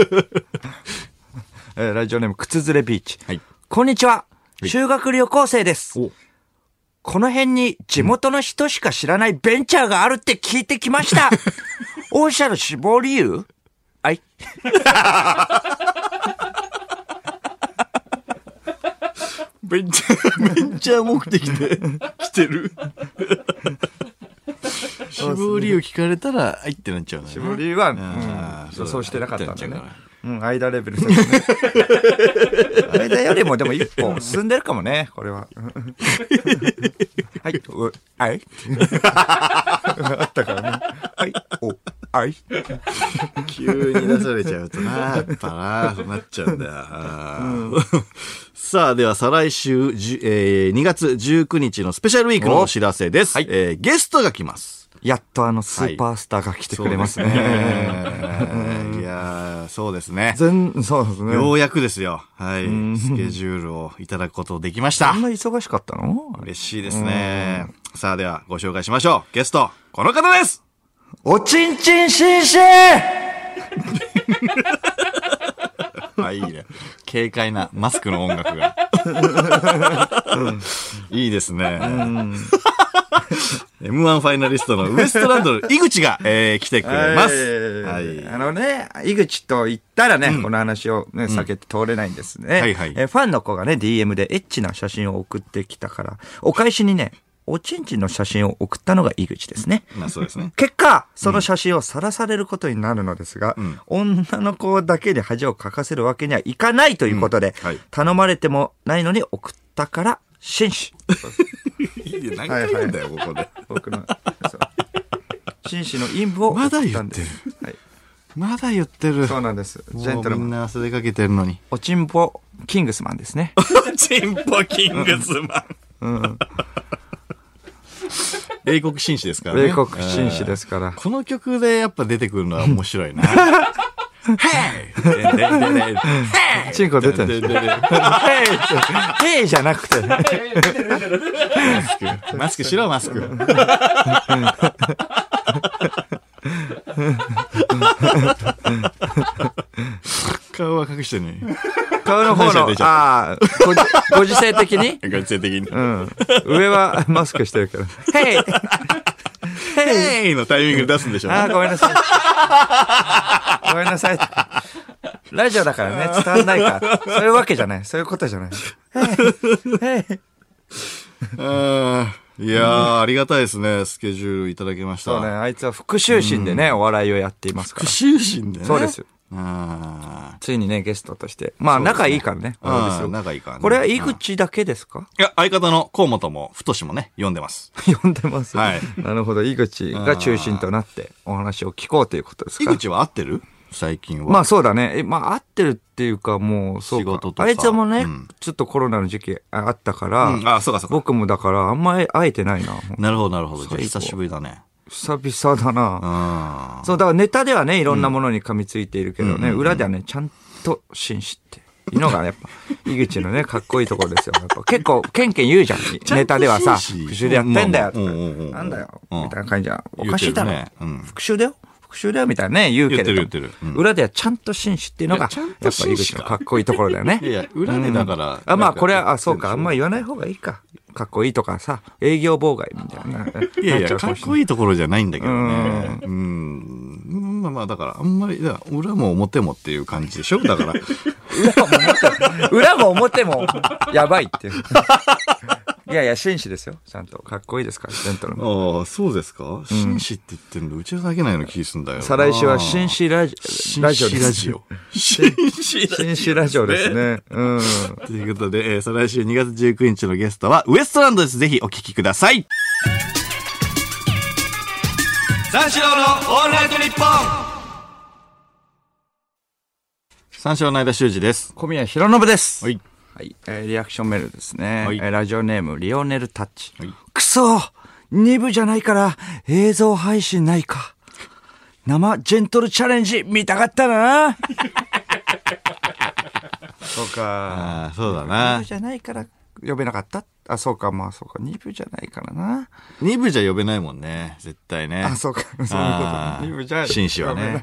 ラジオネーム、靴ずれビーチ。 はい。 こんにちは。修学旅行生です。この辺に地元の人しか知らないベンチャーがあるって聞いてきました。御社の志望理由？はい。 ベンチャー目的で来てる。志望理由聞かれたら、はいってなっちゃうね。 志望理由は、そうしてなかったんだね。間レベルですね。間よりもでも一歩進んでるかもね、これは。はい、はい。あったからね。はい、 急に出されちゃうとな、やっぱな、そうなっちゃうんだよ。さあ、では再来週、2月19日のスペシャルウィークのお知らせです。ゲストが来ます。 やっとスーパースターが来てくれますね。 いやー、そうですね。 そうですね。 ようやくですよ。はい。スケジュールをいただくことできました。 そんな忙しかったの？ 嬉しいですね。さあ、ではご紹介しましょう。ゲスト、この方です。 おちんちんしんしあ、いいね。軽快なマスクの音楽が。いいですね。M1 ファイナリストのウエストランドの井口が、来てくれます。 はい。井口と言ったらね、この話をね、避けて通れないんですね。はいはい。ファンの子がね、DM でエッチな写真を送ってきたから、お返しにね、おちんちんの写真を送ったのが井口ですね。 まあそうですね。 結果、その写真を晒されることになるのですが、女の子だけで恥をかかせるわけにはいかないということで、頼まれてもないのに送ったから、紳士。 何回言うんだよ、ここで。 僕の、紳士の陰部を送ったんです。 まだ言ってる。 そうなんです。ジェントルマン。 みんな忘れかけてるのに。 おちんぽキングスマンですね。 おちんぽキングスマン。英国紳士ですからね。 英国紳士ですから。 この曲でやっぱ出てくるのは面白いな。 チンコ出てる。ヘイじゃなくて。 マスクしろ、マスク。顔は隠してね。 顔の方の、ご時世的にご時世的に。 上はマスクしてるけど。ヘイヘイのタイミングで出すんでしょ。 ごめんなさい。ごめんなさい。ラジオだからね、伝わんないから。そういうわけじゃない。そういうことじゃない。ヘイいやー、ありがたいですね。スケジュールいただきました。 そうね、あいつは復讐心でね、お笑いをやっていますから。 復讐心でね。 そうです。ついにね、ゲストとして。まあ、仲いいからね。 仲いいからね。 これは井口だけですか？ いや、相方の河本も太もね、読んでます。 読んでます。 はい。 なるほど、井口が中心となってお話を聞こうということですか？ 井口は合ってる？最近は。 まあそうだね。まあ合ってるっていうかもう、そうか。 仕事とか。 あいつもね、ちょっとコロナの時期あったから、 そうかそうか。 僕もだからあんまり会えてないな。 なるほどなるほど。じゃあ久しぶりだね。 久々だな。そう、だからネタではね、いろんなものに噛みついているけどね、裏ではね、ちゃんと紳士っていうのがやっぱ、井口のね、かっこいいところですよ。やっぱ結構、ケンケン言うじゃん。ネタではさ、復讐でやってんだよとか。なんだよ。みたいな感じじゃん。おかしいだろ。復讐だよ。復讐だよみたいなね、言うけれど。裏ではちゃんと紳士っていうのが、やっぱ井口のかっこいいところだよね。 いや、裏でだから。 まあこれは、そうか、あんま言わない方がいいか。かっこいいとかさ、営業妨害みたいな。 いやいや、かっこいいところじゃないんだけどね。まあだから、あんまり、裏も表もっていう感じでしょだから。 裏も表も、やばいっていう。いやいや、紳士ですよ。ちゃんと。かっこいいですから、ジェントルマン。 ああ、そうですか？紳士って言ってるの、うちだけないの気すんだよ。 再来週は紳士ラジオ。 紳士ラジオ。 紳士ラジオですね。 ということで、再来週2月19日のゲストは、ウエストランドです。ぜひお聞きください。三四郎のオールナイトニッポン。三四郎の間修二です。 小宮弘信です。 はい。 はい、リアクションメールですね。 はい、 ラジオネーム、リオネルタッチ。はい、くそ2部じゃないから映像配信ないか。生ジェントルチャレンジ見たかったな。そうか。 そうだな。 2部じゃないから呼べなかった。そうか、まあそうか。2部じゃないからな。 2部じゃ呼べないもんね。絶対ね。 そうか。そういうこと。2部じゃ紳士はね。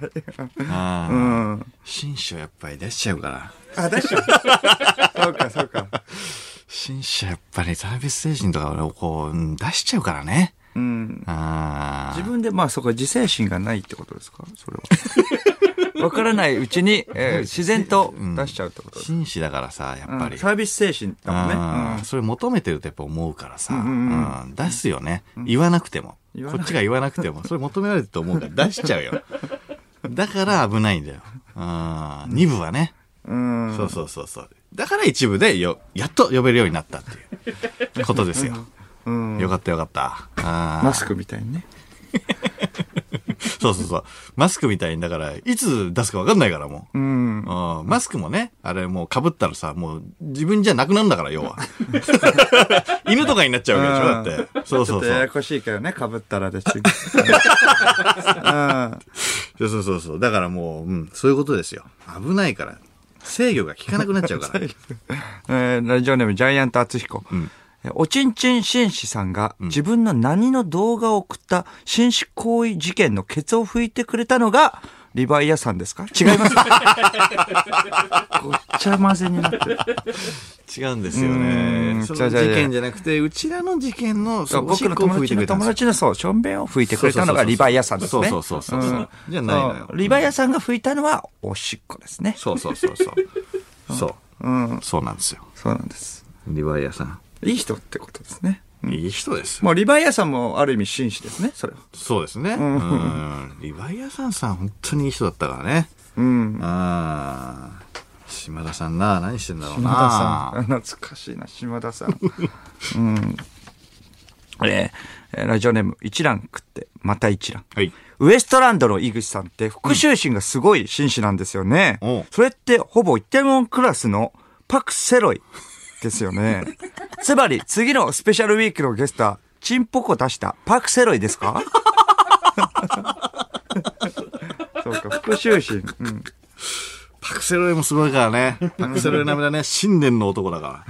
紳士はやっぱり出しちゃうから。 出しちゃう。そうか。 紳士はやっぱりサービス精神とかをこう、出しちゃうからね。 自分でそうか、自制心がないってことですか？それは。わからないうちに、自然と出しちゃうってことですか？ 紳士だからさ、やっぱり。 サービス精神だもんね。 それ求めてるとやっぱ思うからさ、出すよね。言わなくても。こっちが言わなくても、それ求められてると思うから出しちゃうよ。だから危ないんだよ。2部はね。そう。だから一部でやっと呼べるようになったっていうことですよ。よかった。 マスクみたいにね。 そう。マスクみたいに、だから、いつ出すか分かんないからもう。マスクもね、あれもう被ったらさ、もう自分じゃなくなるんだから、要は。犬とかになっちゃうわけでしょ、だって。そう。 ちょっとややこしいけどね、被ったらで。そう 。だからもう、そういうことですよ。危ないから。制御が効かなくなっちゃうから。 ラジオネームジャイアント厚彦。おちんちん紳士さんが自分の何の動画を送った紳士行為事件のケツを拭いてくれたのがリヴァイアさんですか？違いますごっちゃ混ぜになってる。 違うんですよね。その事件じゃなくて、うちらの事件の、 僕の友達のそう、ションベンを吹いてくれたのがリヴァイアさんですね。 そうそうそうそう。じゃないのよ。 リヴァイアさんが吹いたのはおしっこですね。 そうそうそうそう。そう。そうなんですよ。 そうなんです。 リヴァイアさん。 いい人ってことですね。 いい人です。 もうリヴァイアさんもある意味紳士ですね、それは。 そうですね。リヴァイアさん本当にいい人だったからね。島田さんな、何してんだろうな。 島田さん。懐かしいな、島田さん。ラジオネーム、一蘭食って、また一蘭。 はい。 ウエストランドの井口さんって復讐心がすごい紳士なんですよね。それってほぼイテウォンクラスのパクセロイですよね。つまり次のスペシャルウィークのゲストはチンポコ出したパクセロイですか？そうか、復讐心。 パクセロイもすごいからね。パクセロイ並みだね。信念の男だから。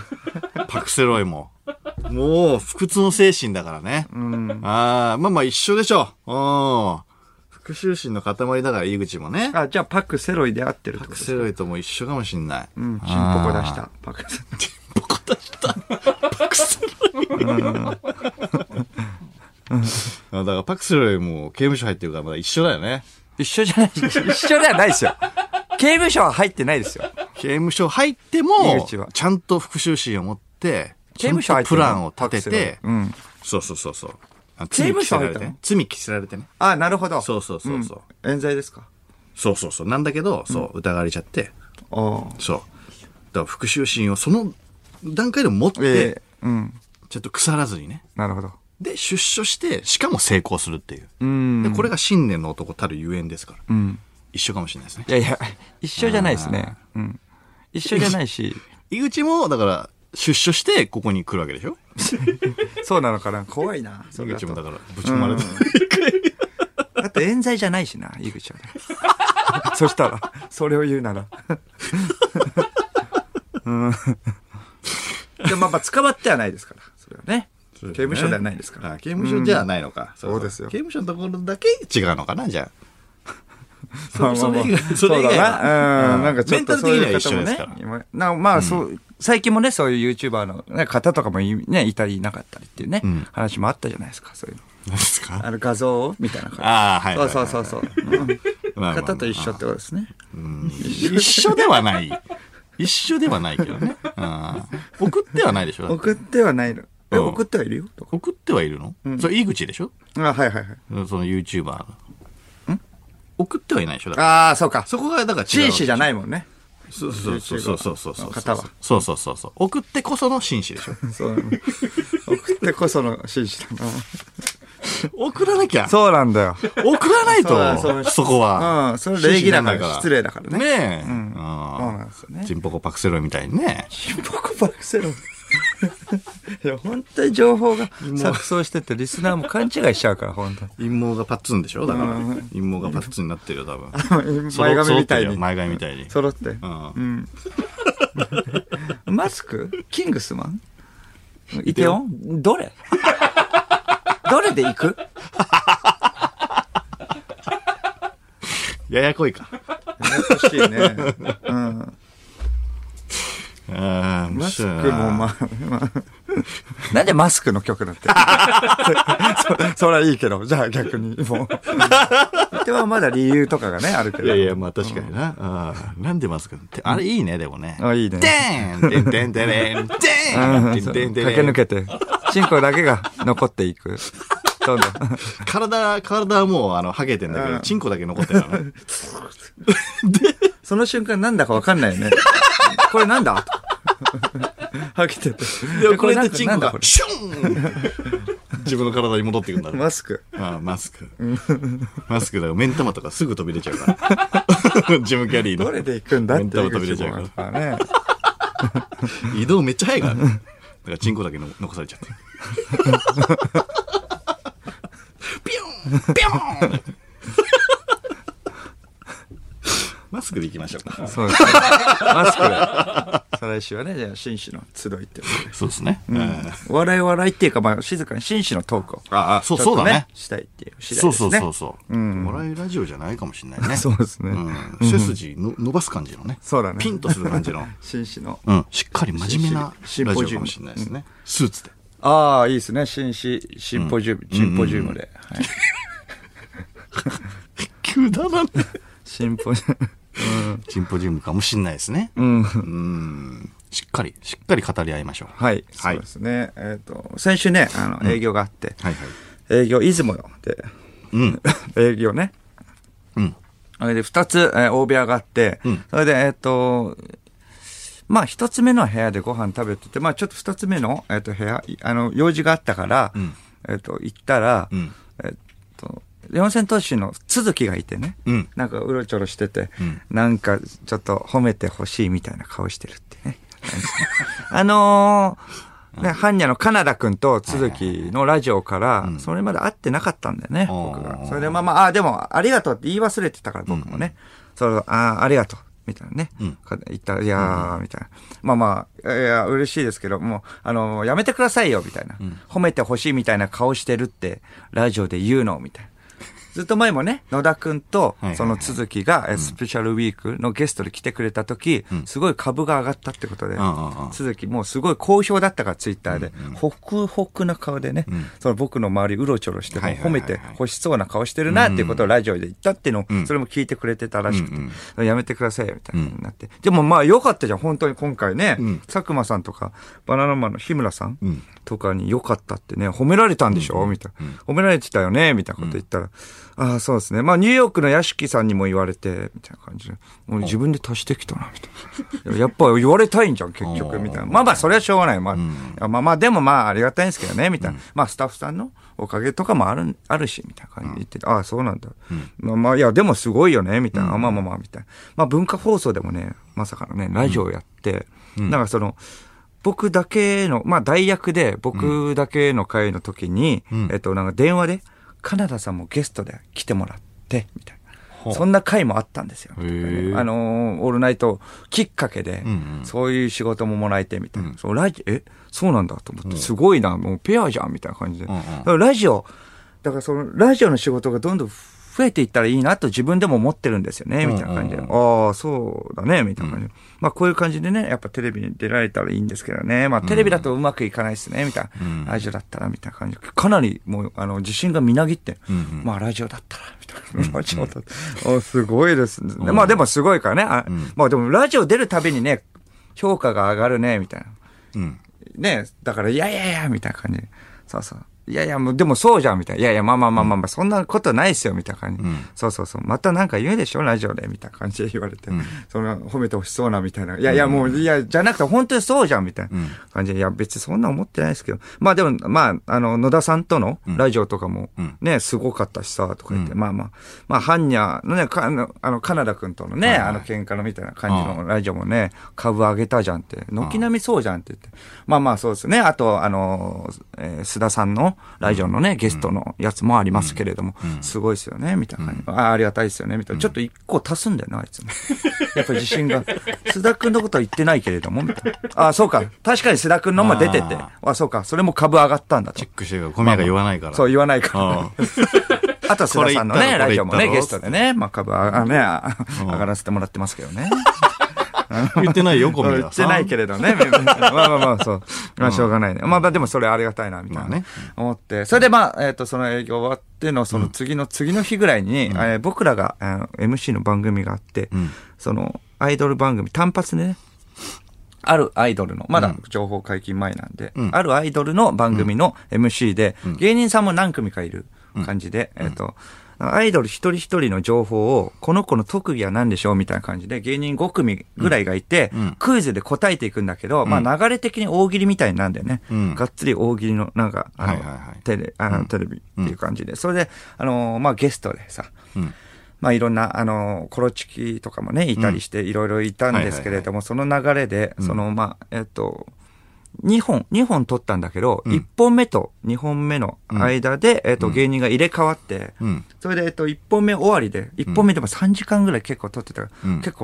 パクセロイも。もう、不屈の精神だからね。まあ一緒でしょ。復讐心の塊だから、井口もね。 じゃあパクセロイで合ってるってことですか？ パクセロイとも一緒かもしんない。 チンポコ出した。パクセロイ。 チンポコ出した。パクセロイ。だからパクセロイも刑務所入ってるからまだ一緒だよね。 一緒じゃない。一緒ではないですよ。刑務所は入ってないですよ。 刑務所入っても、ちゃんと復讐心を持って、刑務所入ってプランを立てて、そうそうそうそう。 刑務所入ったの？ 罪着せられてね。 なるほど。 そうそうそうそう。 冤罪ですか？ そうそうそう。なんだけど、そう、疑われちゃって。そう。だから復讐心をその段階で持って、ちょっと腐らずにね。 なるほど。 で、出所して、しかも成功するっていう。で、これが信念の男たるゆえんですから。一緒かもしれないですね。 いやいや、一緒じゃないですね。一緒じゃないし。 井口も、だから、出所してここに来るわけでしょ？ そうなのかな？怖いな。 井口もだから、ぶち込まれて。 だって冤罪じゃないしな、井口はね。そしたら、それを言うなら。でもまあ捕まってはないですから、それはね。刑務所ではないですから。 刑務所じゃないのか。 そうですよ。 刑務所のところだけ違うのかな、じゃあ。 それ以外は。なんかちょっとそういう方もね。まあそう、最近もね、そういう YouTuber の方とかもね、いたりいなかったりっていうね、話もあったじゃないですか、そういうの。 何ですか？ 画像みたいな感じ。 はい。 そう。方と一緒ってことですね。 一緒ではない。一緒ではないけどね。送ってはないでしょ？ 送ってはないの。送ってはいるよ。 送ってはいるの？それ井口でしょ？ はい。 その YouTuber の。送ってはいないでしょ？ そうか。 そこがだから違う。 紳士じゃないもんね。 そう。 方は。 そう。送ってこその紳士でしょ？ そう。送ってこその紳士だな。 送らなきゃ。 そうなんだよ。 送らないと、そこは。 それ礼儀だから失礼だからね。 ねえ。 そうなんですよね。 チンポコパクセロイみたいにね。 チンポコパクセロイ。いや、本当に情報が錯綜してて、リスナーも勘違いしちゃうから、本当に。 陰謀がパッツンでしょ？だから。陰謀がパッツンになってるよ、多分。 前髪みたいに。 前髪みたいに。 揃って。マスク？キングスマン？イテオン？どれで行く？ ややこいか。 ややこしいね。マスクもまあ、なんでマスクの曲なんてそれはいいけど、じゃあ逆にもう。ではまだ理由とかがね、あるけど。 いや、まあ確かにな。なんでマスクって。あれいいね、でもね。 いいね。 でーんでんでんでれんでーん駆け抜けて、チンコだけが残っていく。どんどん。 体はもう、ハゲてんだけど、チンコだけ残ってるのね。 その瞬間なんだかわかんないよね。これなんだハゲてて。 で、これでチンコが、シュン自分の体に戻っていくんだ。 マスク。 マスク。マスクだよ。目ん玉とかすぐ飛び出ちゃうから。ジムキャリーの。 どれで行くんだって。 目ん玉飛び出ちゃうからね。移動めっちゃ早いからね。だからチンコだけ残されちゃって。ピョンピョンマスクで行きましょうか。 そうですね。マスクで。 再来週はね、じゃあ、紳士の集いってことで。 そうですね。 笑いっていうか、まあ、静かに紳士のトークを。 そうだね。 したいっていう次第ですね。 そう。笑いラジオじゃないかもしれないね。 そうですね。 背筋伸ばす感じのね。 そうだね。 ピンとする感じの。 紳士の。 しっかり真面目なラジオかもしれないですね。スーツで。 ああ、いいですね。シンポジウムで。 急だなね。 シンポジウムかもしれないですね。しっかり語り合いましょう。 はい。そうですね。先週ね、営業があって。営業、出雲で。営業ね。それで、2つ、大部屋があって、それで、まあ、1つ目の部屋でご飯食べてて、まあ、ちょっと2つ目の、部屋、用事があったから、行ったら、四千頭身の続きがいてね、なんかうろちょろしてて、なんかちょっと褒めてほしいみたいな顔してるってね。ね、ハンニャのカナダ君と続きのラジオから、それまで会ってなかったんだよね、僕が。それででも、ありがとうって言い忘れてたから、僕もね。ありがとう。みたいなね。言ったら、いやー、みたいな。いや、嬉しいですけど、もう、やめてくださいよ、みたいな。褒めてほしいみたいな顔してるって、ラジオで言うの、みたいな。ずっと前もね、野田くんと、その続きが、スペシャルウィークのゲストで来てくれた時、すごい株が上がったってことで、続きもうすごい好評だったから、ツイッターで、ホクホクな顔でね、その僕の周りうろちょろしても褒めて欲しそうな顔してるなっていうことをラジオで言ったっていうのを、それも聞いてくれてたらしくて、やめてくださいよ、みたいになって。でもまあ良かったじゃん、本当に今回ね、佐久間さんとか、バナナマンの日村さんとかに良かったってね、褒められたんでしょみたいな。褒められてたよねみたいなこと言ったら、ああ、そうですね。まあ、ニューヨークの屋敷さんにも言われて、みたいな感じで。もう自分で足してきたな、みたいな。やっぱ言われたいんじゃん、結局、みたいな。それはしょうがない。でもありがたいんですけどね、みたいな。スタッフさんのおかげとかもあるし、みたいな感じで言ってて、ああ、そうなんだ。いや、でもすごいよね、みたいな。みたいな。文化放送でもね、まさかのね、ラジオやって、なんか僕だけの、代役で僕だけの会の時に、なんか電話で、カナダさんもゲストで来てもらって、みたいな。そんな回もあったんですよ。オールナイトきっかけで、そういう仕事ももらえて、みたいな。そうなんだと思って、すごいな、もうペアじゃん、みたいな感じで。だからラジオの仕事がどんどん増えていったらいいなと自分でも思ってるんですよね、みたいな感じで。ああ、そうだね、みたいな感じで。こういう感じでね、やっぱテレビに出られたらいいんですけどね。テレビだとうまくいかないですね、みたいな。ラジオだったら、みたいな感じで。かなりもう、自信がみなぎって、ラジオだったら、みたいな。ラジオだったら。すごいですね。でもすごいからね。でもラジオ出るたびにね、評価が上がるね、みたいな。ね、だから、いや、みたいな感じで。そうそう。いや、でもそうじゃん、みたいな。いや、そんなことないっすよ、みたいな感じ。そう。またなんか言うでしょ、ラジオで、みたいな感じで言われて。褒めてほしそうな、みたいな。じゃなくて、本当にそうじゃん、みたいな感じで。いや、別にそんな思ってないですけど。でも、野田さんとのラジオとかも、ね、すごかったしさ、とか言って。ハンニャのね、カナダ君とのね、喧嘩のみたいな感じのラジオもね、株上げたじゃんって。軒並みそうじゃんって言って。そうですね。あと、須田さんの、ラジオのね、ゲストのやつもありますけれども、すごいですよね、みたいな感じ。ありがたいですよね、みたいな。ちょっと一個足すんだよな、あいつも。やっぱり自信が。須田くんのことは言ってないけれども、みたいな。そうか。確かに須田くんのも出てて。そうか。それも株上がったんだと。 チェックしてるから、小宮が言わないから。 そう、言わないから。あと須田さんのね、ラジオもね、ゲストでね、株上がらせてもらってますけどね。 言ってないよ、小宮さん。 言ってないけれどね。そう。しょうがないね。でもそれありがたいな、みたいなね。思って。それでその営業終わっての、その次の日ぐらいに、僕らが、MC の番組があって、その、アイドル番組、単発でね、あるアイドルの、まだ情報解禁前なんで、あるアイドルの番組の MC で、芸人さんも何組かいる感じで、アイドル一人一人の情報を、この子の特技は何でしょうみたいな感じで、芸人5組ぐらいがいて、クイズで答えていくんだけど、流れ的に大喜利みたいになんだよね。がっつり大喜利の、なんか、テレビっていう感じで。それで、ゲストでさ、いろんな、コロチキとかもね、いたりして、いろいろいたんですけれども、その流れで、2本撮ったんだけど、1本目と2本目の間で、芸人が入れ替わって、それで、1本目終わりで、1本目でも3時間ぐらい結構撮ってたから、結構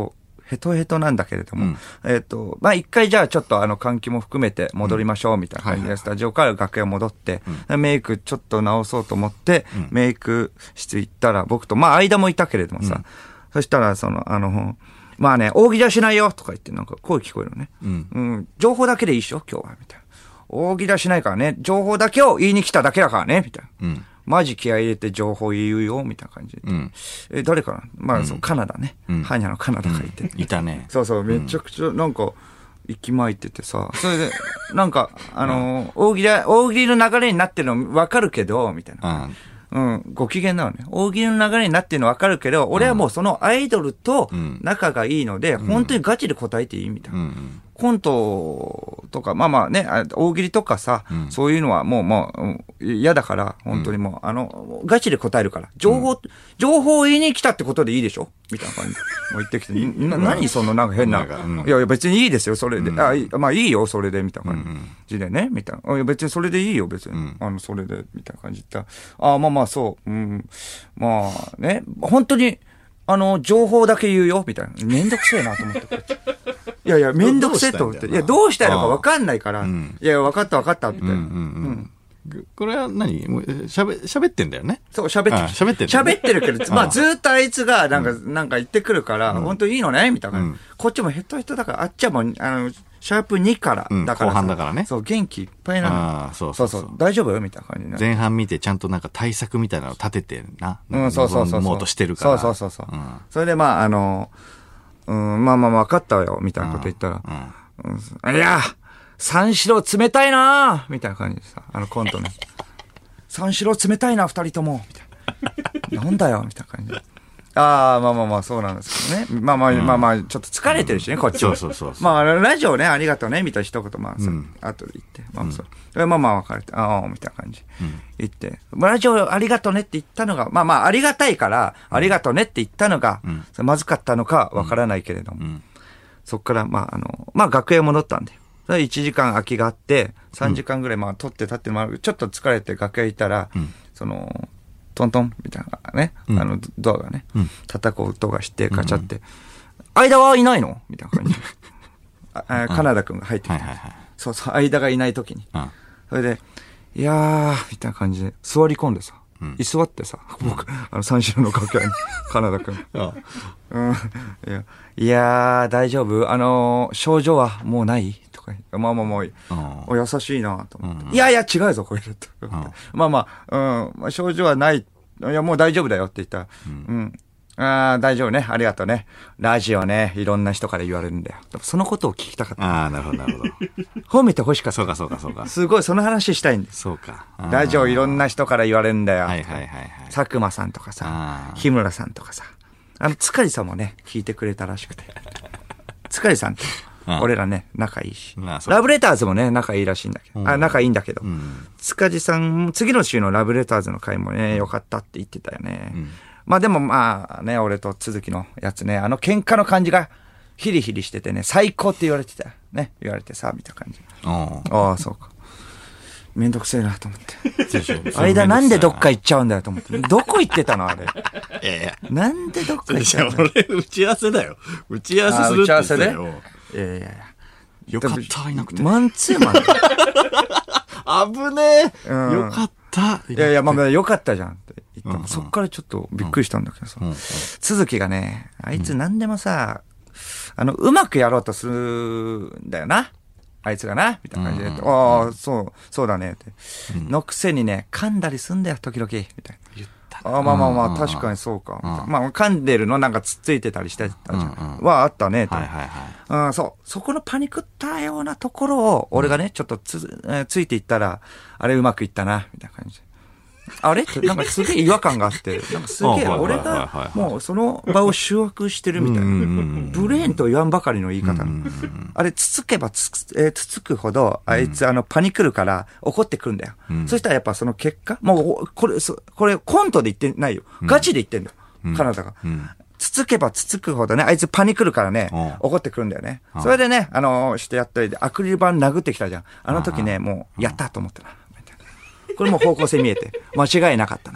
ヘトヘトなんだけれども、まあ一回じゃあちょっと換気も含めて戻りましょうみたいな感じで、スタジオから楽屋戻って、メイクちょっと直そうと思って、メイク室行ったら、僕と、まあ間もいたけれどもさ、そしたらまあね、大喜利はしないよとか言ってなんか声聞こえるのね。情報だけでいいっしょ今日はみたいな。大喜利はしないからね、情報だけを言いに来ただけだからねみたいな。マジ気合い入れて情報言うよみたいな感じで。誰かな、まあそう、カナダね。ハニャのカナダがいて。 いたね。 そうそう、めちゃくちゃなんか、息巻いててさ、それで、なんか、大喜利の流れになってるの分かるけど、みたいな。ご機嫌なのね。大喜利の流れになってるの分かるけど、俺はもうそのアイドルと仲がいいので、本当にガチで答えていいみたいな。コントとか、まあまあね、大喜利とかさ、そういうのはもう嫌だから、本当にもう、ガチで答えるから。情報を言いに来たってことでいいでしょみたいな感じ。もう言ってきて、何そのなんか変な。いや別にいいですよ、それで。まあいいよ、それで、みたいな感じでね、みたいな。いや別にそれでいいよ、別に。それで、みたいな感じで言ったら。まあまあそう、まあね、本当に、情報だけ言うよ、みたいな。めんどくせえなと思って。いやいや、めんどくせえと思って。いや、どうしたいのか分かんないから。いや、分かった、みたいな。 これは何喋ってんだよね。 そう、喋ってるけど、まあずっとあいつがなんか言ってくるから、本当いいのねみたいな。こっちもヘトヘトだから、あっちはもう、シャープ2からだから。 後半だからね。 そう、元気いっぱいなの。そう。大丈夫よみたいな感じね。 前半見てちゃんとなんか対策みたいなのを立ててるな。そう。もうとしてるから。 そう。それでまあ、まあ分かったよ、みたいなこと言ったら。いや、三四郎冷たいなみたいな感じでさ、コントね。三四郎冷たいな、二人とも、みたいな。なんだよ、みたいな感じで。まあ、そうなんですけどね。まあ、ちょっと疲れてるしね、こっちは。 そう。 まあ、ラジオね、ありがとうね、みたいな一言、まあ、後で言って。まあ、そう。まあ、別れて、みたいな感じ。言って。ラジオありがとうねって言ったのが、まあ、ありがたいから、ありがとうねって言ったのが、まずかったのかわからないけれども。そっから、まあ、楽屋戻ったんだよ。1時間空きがあって、3時間ぐらい、まあ、撮って立って、まあ、ちょっと疲れて楽屋行ったら、トントンみたいなね、ドアがね、叩く音がしてガチャって、間はいないのみたいな感じで。カナダ君が入ってきて。そう、間がいない時に。それで、いやー、みたいな感じで、座り込んでさ、居座ってさ、僕、三四郎の楽屋に、カナダ君。いやー、大丈夫症状はもうないとか。まあ、優しいなと思って。いや、違うぞ、これ。まあ、症状はない。いや、もう大丈夫だよって言ったら、大丈夫ね。ありがとうね。ラジオね、いろんな人から言われるんだよ。そのことを聞きたかった。 なるほど。 褒めて欲しかった。 そうか。 すごい、その話したいんです。 そうか。 ラジオいろんな人から言われるんだよ。 はい。 佐久間さんとかさ、日村さんとかさ。塚地さんもね、聞いてくれたらしくて。塚地さんと、俺らね、仲いいし。ラブレターズもね、仲いいらしいんだけど。仲いいんだけど。塚地さん、次の週のラブレターズの回もね、良かったって言ってたよね。まあでもまあね、俺と続きのやつね、喧嘩の感じがヒリヒリしててね、最高って言われてたよ。ね、言われてさ、みたいな感じ。そうか。めんどくせえなと思って。間なんでどっか行っちゃうんだよと思って。どこ行ってたのあれ。なんでどっか行っちゃうんだよ。 俺、打ち合わせだよ。打ち合わせするって言ってたよ。 よかった、いなくて。 マンツーマンだよ。危ねえ。よかった。 いや、まあ、よかったじゃんって言った。そっからちょっとびっくりしたんだけどさ。続きがね、あいつ何でもさ、うまくやろうとするんだよな。あいつがな、みたいな感じで。そうだねって。のくせにね、噛んだりすんだよ、時々。みたいな。まあ、確かにそうか。まあ、噛んでるのなんかつっついてたりしてたじゃん。あったね、そこのパニクったようなところを、俺がね、ちょっとついていったら、あれうまくいったな、みたいな感じで。あれってなんかすげえ違和感があって、なんかすげえ俺がもうその場を掌握してるみたいな。ブレーンと言わんばかりの言い方。あれつつけばつつくほど、あいつパニクるから怒ってくるんだよ。そしたらやっぱその結果、もうこれコントで言ってないよ。ガチで言ってんだよ。カナダが。つつけばつつくほどね、あいつパニクるからね、怒ってくるんだよね。それでね、してやったりでアクリル板殴ってきたじゃん。あの時ね、もうやったと思ったな。これも方向性見えて、間違いなかったな。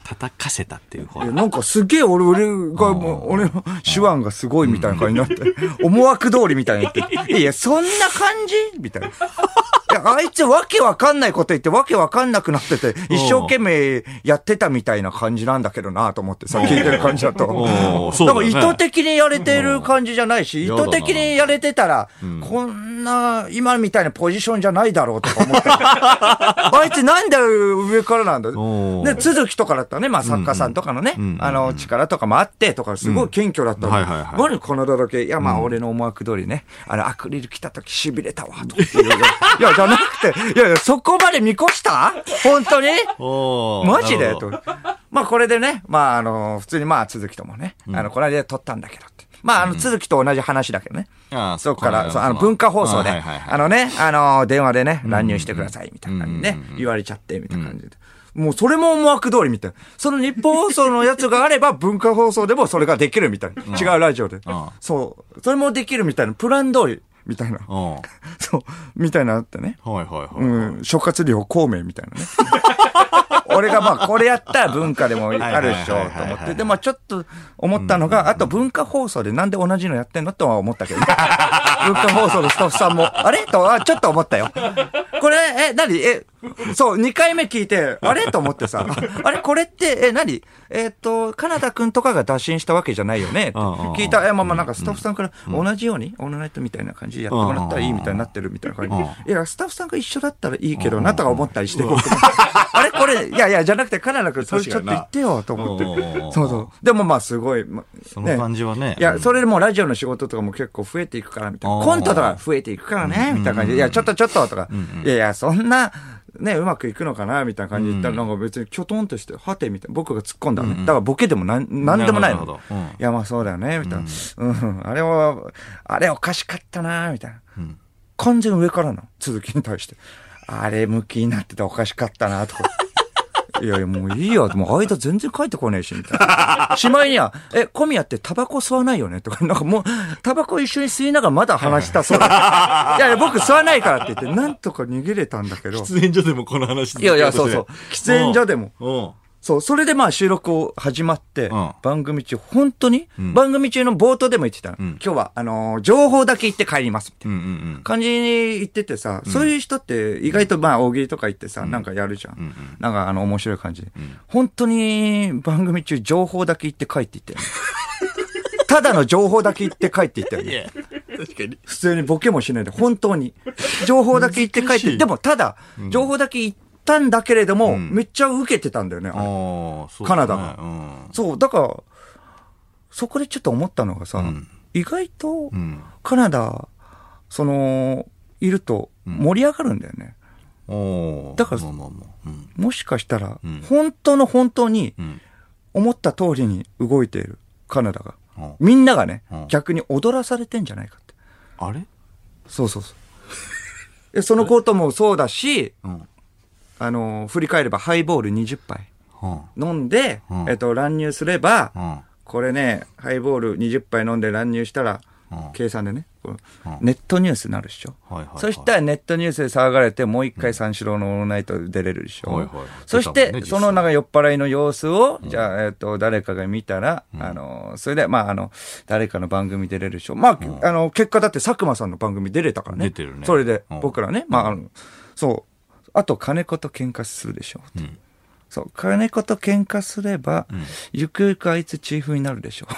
叩かせたっていう方。 なんかすげえ俺の手腕がすごいみたいな感じになって、思惑通りみたいになって、いや、そんな感じみたいな。いや、あいつわけわかんないこと言ってわけわかんなくなってて、一生懸命やってたみたいな感じなんだけどなと思ってさ、聞いてる感じだと。だから意図的にやれてる感じじゃないし、意図的にやれてたら、こんな、今みたいなポジションじゃないだろうとか思って。あいつなんで上からなんだ。で、続きとかだったらね、まあ作家さんとかのね、力とかもあってとか、すごい謙虚だったの。何カナダだけ、いやまあ俺の思惑通りね、アクリル来た時痺れたわ、と。いや、じゃなくて、いや、そこまで見越した本当にマジでと。まあこれでね、まあ普通にまあ続きともね、この間で撮ったんだけどって。まあ続きと同じ話だけどね。そこから、文化放送で、電話でね、乱入してください、みたいな感じでね、言われちゃって、みたいな感じで。もうそれも思惑通りみたいな。その日本放送のやつがあれば文化放送でもそれができるみたいな。違うラジオで。そう。それもできるみたいな。プラン通り。みたいな。そう。みたいなあってね。諸葛亮孔明みたいなね。俺がまあこれやったら文化でもあるでしょと思って。で、まあちょっと思ったのが、あと文化放送でなんで同じのやってんのとは思ったけどね。文化放送のスタッフさんも、あれとはちょっと思ったよ。これ、そう、2回目聞いて、あれと思ってさ、あれこれって、何カナダくんとかが打診したわけじゃないよねって聞いた。まあなんかスタッフさんから同じように、オールナイトみたいな感じでやってもらったらいいみたいになってるみたいな感じで。いや、スタッフさんが一緒だったらいいけどなとか思ったりして。あれこれ、いや、じゃなくてカナダくんそれちょっと言ってよと思って。そうそう。でもまあすごい。 その感じはね。 いや、それでもラジオの仕事とかも結構増えていくからみたいな。コントとか増えていくからね、みたいな感じで。いや、ちょっととか。いや、そんな、ね、うまくいくのかなみたいな感じで言ったら、なんか別にキョトンとして、はてみたいな。僕が突っ込んだね。だからボケでもなんでもないの。いや、まあそうだよね、みたいな。あれおかしかったなみたいな。完全上からの続きに対して。あれ向きになってておかしかったなとか。いやいや、もういいよ。もう間全然帰ってこねえし、みたいな。しまいには、小宮ってタバコ吸わないよねとか、なんかもう、タバコ一緒に吸いながらまだ話したそうだ。いやいや、僕吸わないからって言って、なんとか逃げれたんだけど。 喫煙所でもこの話いや、そうそう。喫煙所でも。そう、それでまあ収録を始まって、番組中、本当に、番組中の冒頭でも言ってたの。今日は、情報だけ言って帰ります。みたいな感じに言っててさ、そういう人って意外とまあ大喜利とか言ってさ、なんかやるじゃん。なんか面白い感じで。本当に番組中情報だけ言って帰っていってる。ただの情報だけ言って帰っていったよね。確かに。普通にボケもしないで、本当に。情報だけ言って帰って、でもただ、情報だけ言ってたんだけれども、めっちゃ受けてたんだよね。カナダが。そう、だから、そこでちょっと思ったのがさ、意外と、カナダ、いると盛り上がるんだよね。だから、もしかしたら、本当に、思った通りに動いているカナダが、みんながね、逆に踊らされてんじゃないかって。 あれ？ そう。そのこともそうだし、振り返ればハイボール20杯飲んで、乱入すれば、これね、ハイボール20杯飲んで乱入したら、計算でね、ネットニュースになるでしょ。そしたらネットニュースで騒がれて、もう一回三四郎のオールナイト出れるでしょ。そして、そのなんか酔っ払いの様子を、じゃあ、誰かが見たら、それで、まあ、誰かの番組出れるでしょ。まあ、結果だって佐久間さんの番組出れたからね。 出てるね。 それで、僕らね、まあ、そう。あと、金子と喧嘩するでしょ。そう、金子と喧嘩すれば、ゆくゆくあいつチーフになるでしょ。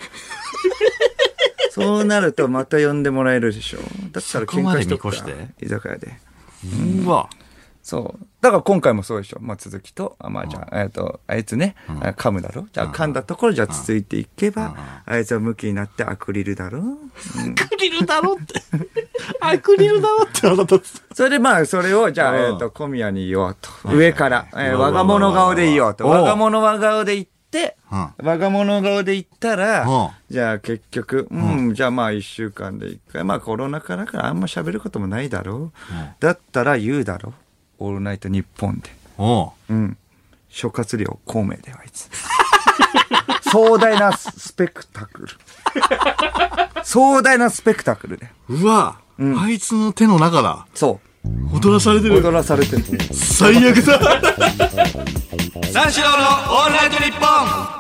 そうなるとまた呼んでもらえるでしょ。だったら喧嘩しとくか。居酒屋で。 うわ。 そう。だから今回もそうでしょ。まあ続きと、まあじゃあ、あいつね、噛むだろ。じゃあ噛んだところじゃあ続いていけば、あいつは向きになってアクリルだろ。 アクリルだろって。アクリルだろって腹立つ。 それでまあそれを、じゃあ、小宮に言おうと。上から、我が物顔で言おうと。我が物顔で言って、我が物顔で言ったら、じゃあ結局、じゃあまあ1週間で1回、まあコロナ禍だからあんま喋ることもないだろう。だったら言うだろう。オールナイト日本で。諸葛亮孔明であいつ。壮大なスペクタクル。壮大なスペクタクルで。 うわ、あいつの手の中だ。 そう。 踊らされてる。 踊らされてる。 最悪だ。三四郎のオールナイトニッポン。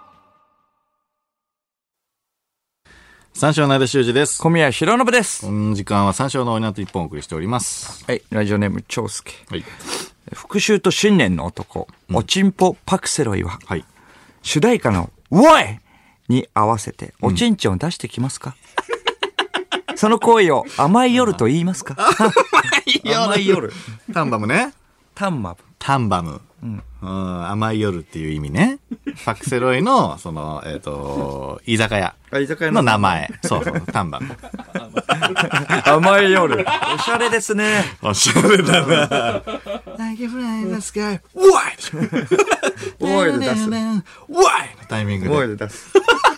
三四郎の間修二です。 小宮浩信です。 この時間は三四郎のオールナイトニッポンをお送りしております。 はい、ラジオネーム長介。 はい。 復讐と信念の男、おちんぽパクセロイは、 はい。 主題歌のおいに合わせておちんちんを出してきますか、その行為を甘い夜と言いますか？甘い夜。 タンバムね。 タンマブ。 タンバム。甘い夜っていう意味ね。パクセロイの、その、居酒屋の名前。そうそう、タンバム。 甘い夜。おしゃれですね。 おしゃれだな。Like a fly in the sky. Why? おいで出す。 Why? のタイミングで。 おいで出す。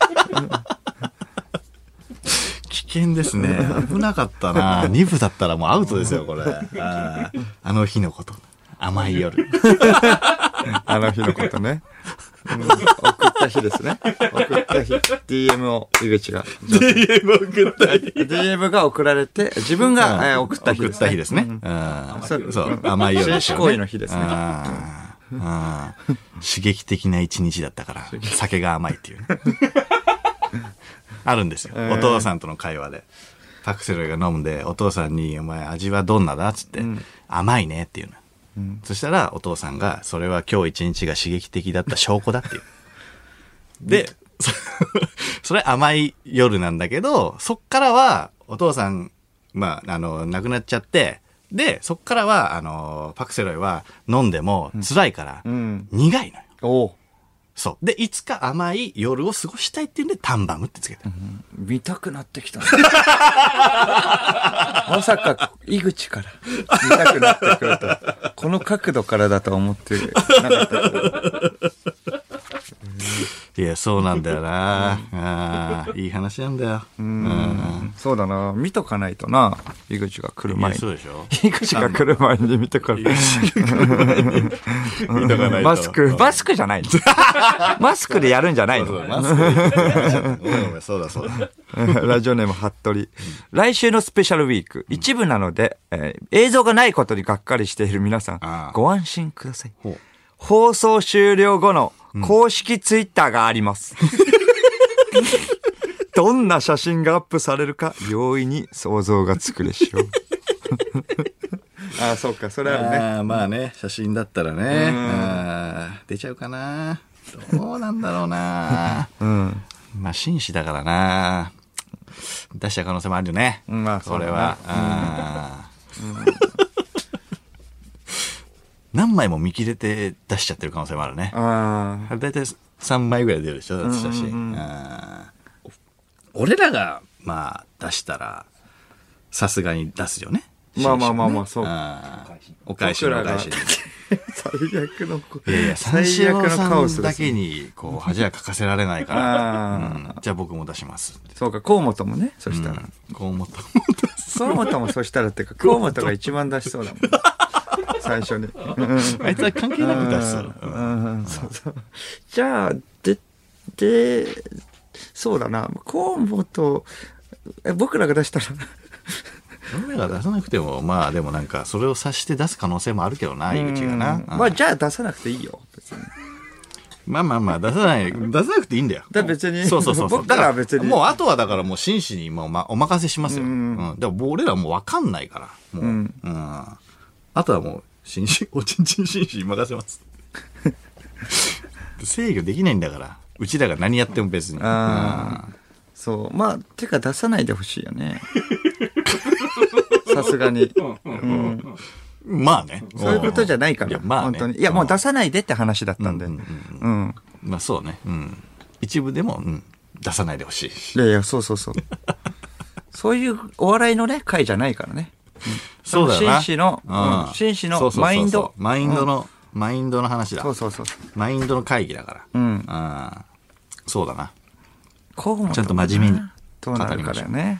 危険ですね。危なかったな。2部だったらもうアウトですよ、これ。あの日のこと。甘い夜。 あの日のことね。送った日ですね。送った日。DM を井口が。 DM 送った日。 DM が送られて、自分が送った日ですね。 送った日ですね。そう、甘い夜ですよね。 紳士行為の日ですね。 刺激的な一日だったから、酒が甘いっていうね。あるんですよ。お父さんとの会話で。パクセロイが飲んで、お父さんに、お前味はどんなだっつって、甘いねっていうの。そしたらお父さんが、それは今日一日が刺激的だった証拠だっていう。で、それ甘い夜なんだけど、そっからはお父さん、亡くなっちゃって、で、そっからは、パクセロイは飲んでも辛いから、苦いのよ。 おう。 そう。で、いつか甘い夜を過ごしたいっていうんで、タンバムってつけた。 見たくなってきた。まさか、井口から見たくなってくると。この角度からだと思ってなかったけど。 いや、そうなんだよな。いい話なんだよ。 そうだな。見とかないとな。井口が来る前に。 そうでしょ。 井口が来る前に見てから。 見とかないと。 マスクじゃないの。マスクでやるんじゃないの。 そうだ。 ラジオネーム服部。来週のスペシャルウィーク、一部なので、映像がないことにがっかりしている皆さん、ご安心ください。放送終了後の公式ツイッターがあります。どんな写真がアップされるか、容易に想像がつくでしょう。ああ、そうか、それあるね。 まあね、写真だったらね、出ちゃうかな。どうなんだろうな。まあ、紳士だからな。出しちゃう可能性もあるよね。 まあ、 それは。何枚も見切れて出しちゃってる可能性もあるね。だいたい3枚ぐらい出るでしょ、写真。俺らが、まあ、出したら、さすがに出すよね。 まあ、そう。 お返しのお返し。 最悪の最悪のカオスだけに、こう、恥はかかせられないから。じゃあ僕も出します。 そうか、河本もね、そしたら。 河本もそしたらってか、河本が一番出しそうだもん。最初に。 あいつは関係なく出す。 じゃあ、そうだな、河本、僕らが出したら。 俺らが出さなくても、まあでもなんか、それを察して出す可能性もあるけどな、井口がな。 まあじゃあ出さなくていいよ、別に。 まあ、出さなくていいんだよ。 別に。 そう。 僕からは別に。 もうあとはだからもう真摯にもうお任せしますよ。でも俺らもう分かんないから。もう。あとはもう、おちんちん紳士に任せます。制御できないんだから。うちらが何やっても別に。 そう。まあ、てか出さないでほしいよね。さすがに。 まあね。 そういうことじゃないから。まあ本当に。いや、もう出さないでって話だったんで。 まあそうね。一部でも、出さないでほしい。 いや、そう。そういうお笑いのね、回じゃないからね。 そうだよな。 紳士のマインド。 マインドの話だ。 そう。 マインドの会議だから。そうだな。ちゃんと真面目に語りましょうね。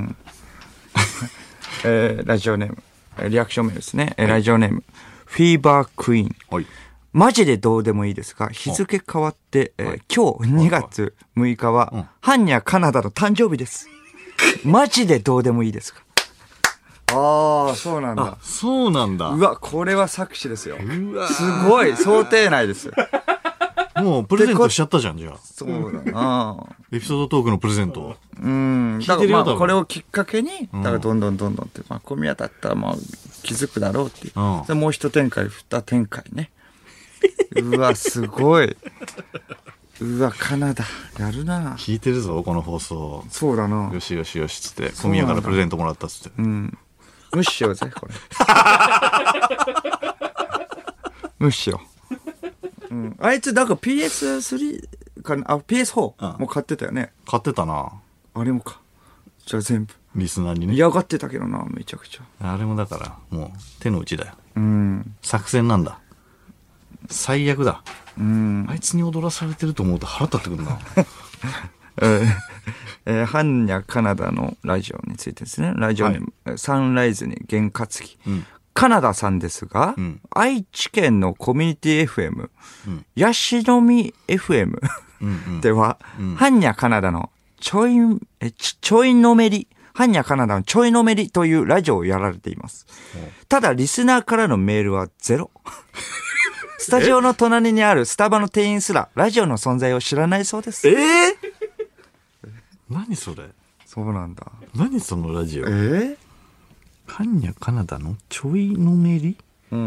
ラジオネーム。リアクションメールですね。ラジオネーム。フィーバークイーン。 はい。 マジでどうでもいいですが、日付変わって、今日2月6日は、ハンニャカナダの誕生日です。マジでどうでもいいですか。 ああ、そうなんだ。 そうなんだ。 うわ、これは作詞ですよ。 うわすごい、想定内です。 もうプレゼントしちゃったじゃん、じゃあ。 そうだな。 エピソードトークのプレゼント。 だからまあこれをきっかけに、だからどんどんって、まあ小宮だったらまあ気づくだろうっていう。でもう一展開、二展開ね。うわ、すごい。うわ、カナダ、やるな。 聞いてるぞ、この放送。 そうだな。 よしよしよし、つって。小宮からプレゼントもらったっつって。 無視しようぜ、これ。無視しよう。あいつ、なんか PS3 かな、PS4 も買ってたよね。 買ってたな。 あれもか。じゃあ全部。 リスナーにね。 嫌がってたけどな、めちゃくちゃ。 あれもだから、もう手の内だよ。作戦なんだ。最悪だ。あいつに踊らされてると思うと腹立ってくるな。 ハンニャカナダのラジオについてですね。ラジオネーム、サンライズに験担ぎ。カナダさんですが、愛知県のコミュニティ FM、ヤシの実 FM では、ハンニャカナダのちょいのめり、ハンニャカナダのちょいのめりというラジオをやられています。ただ、リスナーからのメールはゼロ。スタジオの隣にあるスタバの店員すら、ラジオの存在を知らないそうです。 何それ？ そうなんだ。 何そのラジオ？ハンニャカナダのちょいのめり？リ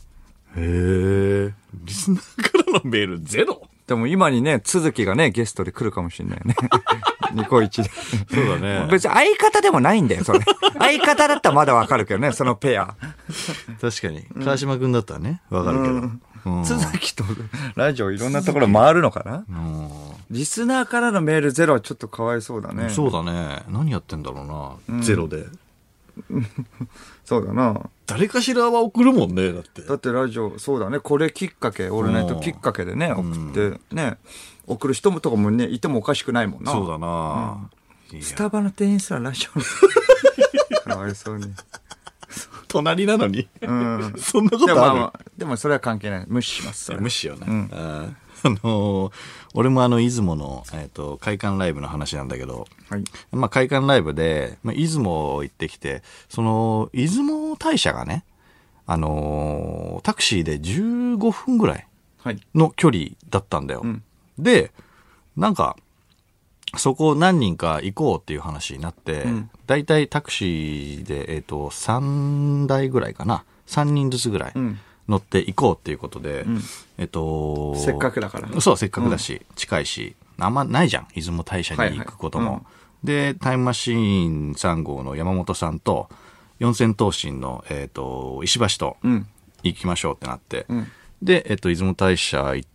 スナーからのメールゼロ？ でも今にね、続きがね、ゲストで来るかもしれないよね。ニコイチで。 そうだね。 別に相方でもないんだよ、それ。相方だったらまだわかるけどね、そのペア。 確かに。川島くんだったらね、わかるけど。 続きとラジオいろんなところ回るのかな。リスナーからのメールゼロはちょっとかわいそうだね。 そうだね。何やってんだろうな、ゼロで。 そうだな。 誰かしらは送るもんね、だって。 だってラジオ、そうだね。これきっかけ、オールナイトきっかけでね、送ってね、送る人もとかもね、いてもおかしくないもんな。 そうだな。 スタバの店員すらラジオかわいそうに。 隣なのに。そんなことある？ でもそれは関係ない。無視します。 無視よね。俺も出雲の、会館ライブの話なんだけど、まあ会館ライブで、出雲行ってきて、その、出雲大社がね、タクシーで15分ぐらいの距離だったんだよ。で、なんか、そこ何人か行こうっていう話になって、だいたいタクシーで、3台ぐらいかな。3人ずつぐらい乗って行こうっていうことで、 せっかくだから。 そう、せっかくだし、近いし、あんまないじゃん。出雲大社に行くことも。で、タイムマシーン3号の山本さんと、四千頭身の、石橋と行きましょうってなって、で、出雲大社行って、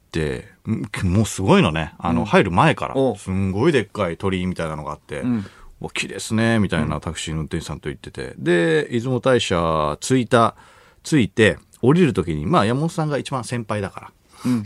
もうすごいのね。入る前から、すんごいでっかい鳥居みたいなのがあって、綺麗ですね、みたいなタクシーの運転手さんと言ってて。で、出雲大社着いて、降りるときに、まあ山本さんが一番先輩だから、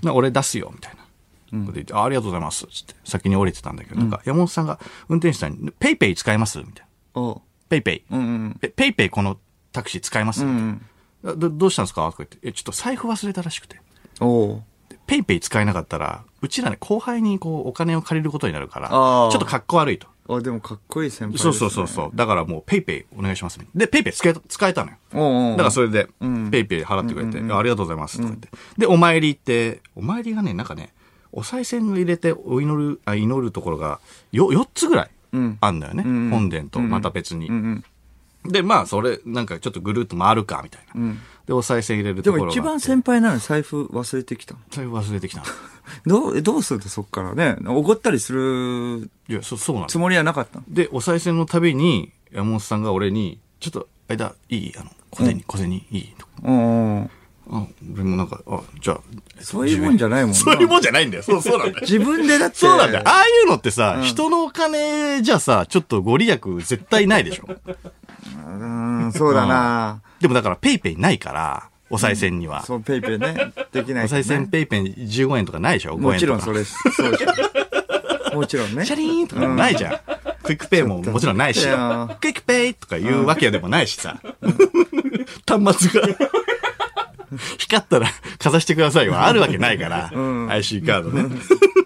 俺出すよ、みたいな。こと言って、ありがとうございます、つって、先に降りてたんだけど、なんか山本さんが運転手さんに、ペイペイ使えますみたいな。ペイペイ。ペイペイこのタクシー使えますみたいな。どうしたんですかとか言って、ちょっと財布忘れたらしくて。ペイペイ使えなかったら、うちらね、後輩にこう、お金を借りることになるから、ちょっとかっこ悪いと。 でもかっこいい先輩ですね。 そう。だからもう、ペイペイお願いします。で、ペイペイ使えたのよ。だからそれで、ペイペイ払ってくれて、ありがとうございます。とか言って。で、お参り行って、お参りがね、なんかね、お賽銭を入れて祈るところが、4つぐらいあんだよね。本殿とまた別に。で、まあ、それ、なんかちょっとぐるっと回るか、みたいな。で、お賽銭入れるところが。 でも一番先輩なのに財布忘れてきた。 財布忘れてきた。 どうするとそっからね、おごったりするそうなんつもりはなかった。 で、お賽銭のたびに、山本さんが俺に、ちょっと、いい小銭いいとか。俺もなんか、じゃあ。 そういうもんじゃないもんな。 そういうもんじゃないんだよ。そうなんだよ。 自分でだって。 そうなんだよ。ああいうのってさ、人のお金じゃさ、ちょっとご利益絶対ないでしょ。 そうだな。 でもだからペイペイないから、お賽銭には。 そう、ペイペイね。できない。 お賽銭ペイペイ15円とかないでしょ ?5 円とか。 もちろんそうでしょ。もちろんね。 シャリーンとかないじゃん。クイックペイももちろんないし。クイックペイとか言うわけでもないしさ。端末が光ったらかざしてくださいはあるわけないから。IC カードね。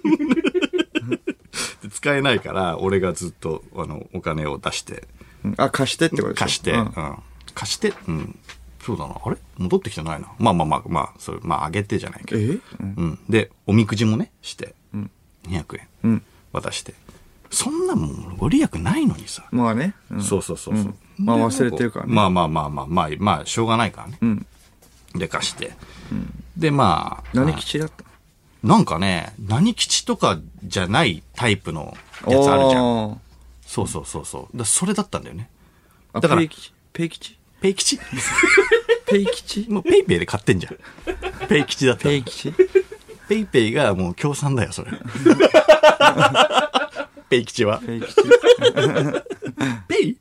使えないから、俺がずっとお金を出して。 貸してってことでしょ？ 貸して。 貸して、うん。そうだな。あれ戻ってきてないな。まあ、それ、あげてじゃないけど。うん。で、おみくじもね、して、200円。渡して。そんなもん、ご利益ないのにさ。 まあね。 そう。 まあ忘れてるからね。 まあ、しょうがないからね。で、貸して。で、まあ。 何吉だった？ なんかね、何吉とかじゃないタイプのやつあるじゃん。そう。それだったんだよね。 だから。ペイ吉ペイ吉ペイ吉もうペイペイで買ってんじゃん。ペイ吉だった。 ペイ吉ペイペイがもう協賛だよ、それ。ペイ吉は。 ペイ吉ペイ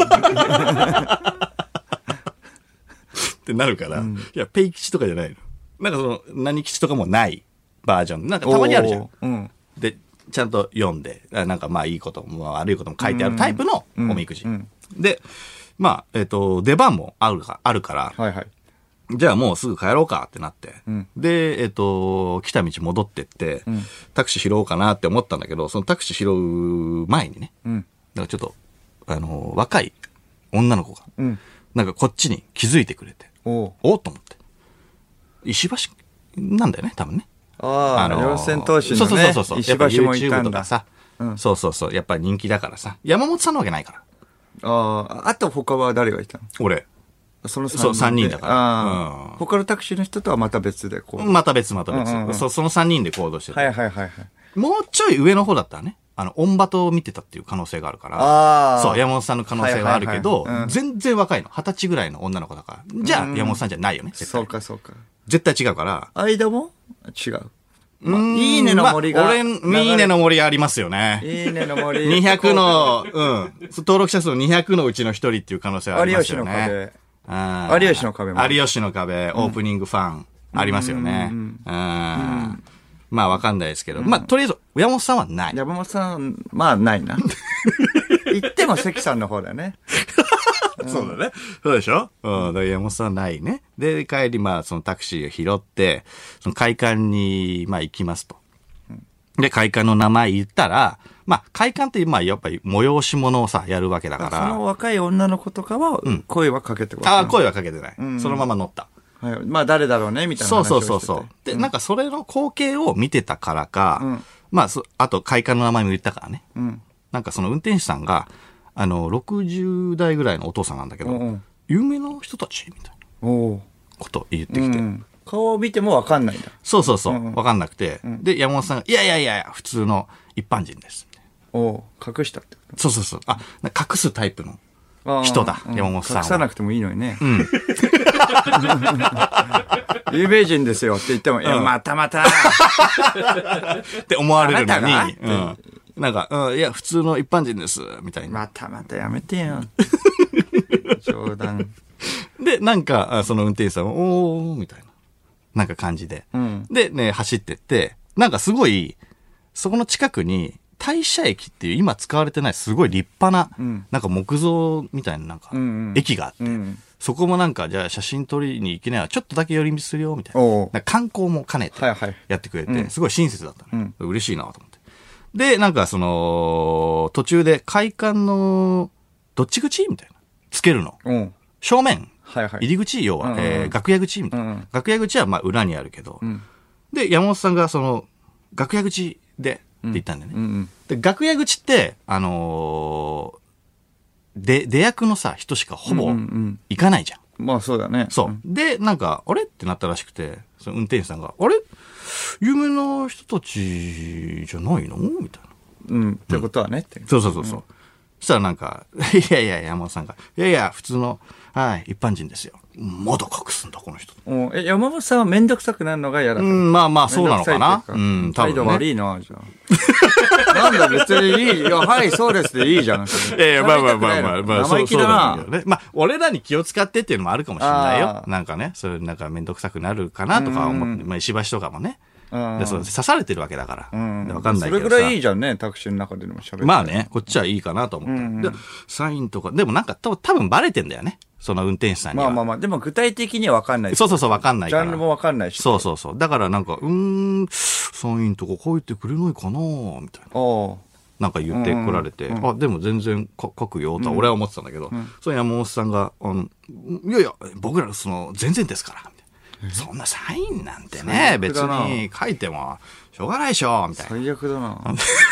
ってなるから、いや、ペイ吉とかじゃないの。なんかその、何吉とかもないバージョン。なんかたまにあるじゃん。で、ちゃんと読んで、なんかまあいいことも悪いことも書いてあるタイプのおみくじ。で、まあ、出番もあるから、 はいはい。 じゃあもうすぐ帰ろうかってなって。で、来た道戻ってって、タクシー拾おうかなって思ったんだけど、そのタクシー拾う前にね、だからちょっと、若い女の子が、なんかこっちに気づいてくれて、おっと思って。石橋なんだよね、多分ね。 四千頭身のね、 そう。 石橋もいたんだ。 とかさ、そう。やっぱり人気だからさ、山本さんのわけないから。 あと他は誰がいたの？ 俺。 その 3人だから。 他のタクシーの人とはまた別でこう。 また別。その3人で行動してた。 はい。 もうちょい上の方だったらね、オンバトを見てたっていう可能性があるから。そう、山本さんの可能性はあるけど、全然若いの。20歳ぐらいの女の子だから。じゃあ、山本さんじゃないよね。 そうか。 絶対違うから。 間も違う。いいねの森が。 いいねの森ありますよね。 いいねの森。 200の、登録者数200のうちの1人っていう可能性はありますよね。 有吉の壁も。 有吉の壁、オープニングファン、ありますよね。まあわかんないですけど。まあとりあえず、山本さんはない。 山本さん、まあないな。言っても関さんの方だよね。 そうだね。そうでしょ？だから山本さんはないね。で、帰り、まあそのタクシーを拾って、その会館に、まあ行きますと。で、会館の名前言ったら、まあ、会館って、まあ、やっぱり催し物をさ、やるわけだから。 その若い女の子とかは、声はかけてこない。声はかけてない。そのまま乗った。 はい。まあ、誰だろうね、みたいな話をしてて。 そう。で、なんかそれの光景を見てたからか、まあ、あと会館の名前も言ったからね。なんかその運転手さんが、60代ぐらいのお父さんなんだけど、有名な人たちみたいなこと言ってきて。 顔を見てもわかんないんだ。 そう。わかんなくて。で、山本さんが、いや、普通の一般人です。 隠したってこと？ そう。隠すタイプの人だ、山本さんは。 隠さなくてもいいのにね。有名人ですよって言っても、いや、また。 って思われるのに、なんか、いや、普通の一般人です、みたいな。 またやめてよ。冗談。 で、なんか、その運転手さんは、おー、みたいな。なんか感じで。で、ね、走ってって、なんかすごい、そこの近くに、大社駅っていう今使われてないすごい立派な、なんか木造みたいななんか、駅があって、そこもなんか、じゃあ写真撮りに行けないわ、ちょっとだけ寄り道するよ、みたいな。なんか観光も兼ねてやってくれて、すごい親切だったね。嬉しいなと思って。で、なんかその、途中で会館の、どっち口みたいな。つけるの。正面。入り口要は、楽屋口みたいな。楽屋口はまあ裏にあるけど。で、山本さんがその、楽屋口で、って言ったんだよね。で、楽屋口って、出役のさ、人しかほぼ行かないじゃん。 まあそうだね。 そう。で、なんか、あれってなったらしくて、その運転手さんが、あれ有名な人たちじゃないのみたいな。 ってことはねって。 そう。そしたらなんか、いや、山本さんが、いや、普通の、一般人ですよ。まだ隠すんだ、この人。 山本さんはめんどくさくなるのが嫌だった。 まあ、そうなのかな。多分、ね。 態度悪いな、じゃあ。なんだ、別にいい。いや、はい、そうですでいいじゃん。 まあ、 生意気だな。 まあ、俺らに気を使ってっていうのもあるかもしれないよ。なんかね、それなんかめんどくさくなるかなとか思って、まあ、石橋とかもね。で刺されてるわけだから。わかんないけどさ。 それぐらいいいじゃんね、タクシーの中でも喋る。 まあね、こっちはいいかなと思った。で、サインとか、でもなんか多分バレてんだよね。その運転手さんには。 まあ、でも具体的にはわかんない。 そう、わかんないから。 ジャンルもわかんないし。 そう。だからなんか、サインとか書いてくれないかなみたいな。 なんか言ってこられて、あ、でも全然書くよとは俺は思ってたんだけど、その山本さんが、いやいや、僕ら全然ですから、みたいな。そんなサインなんてね、別に書いてもしょうがないでしょ、みたいな。 最悪だな。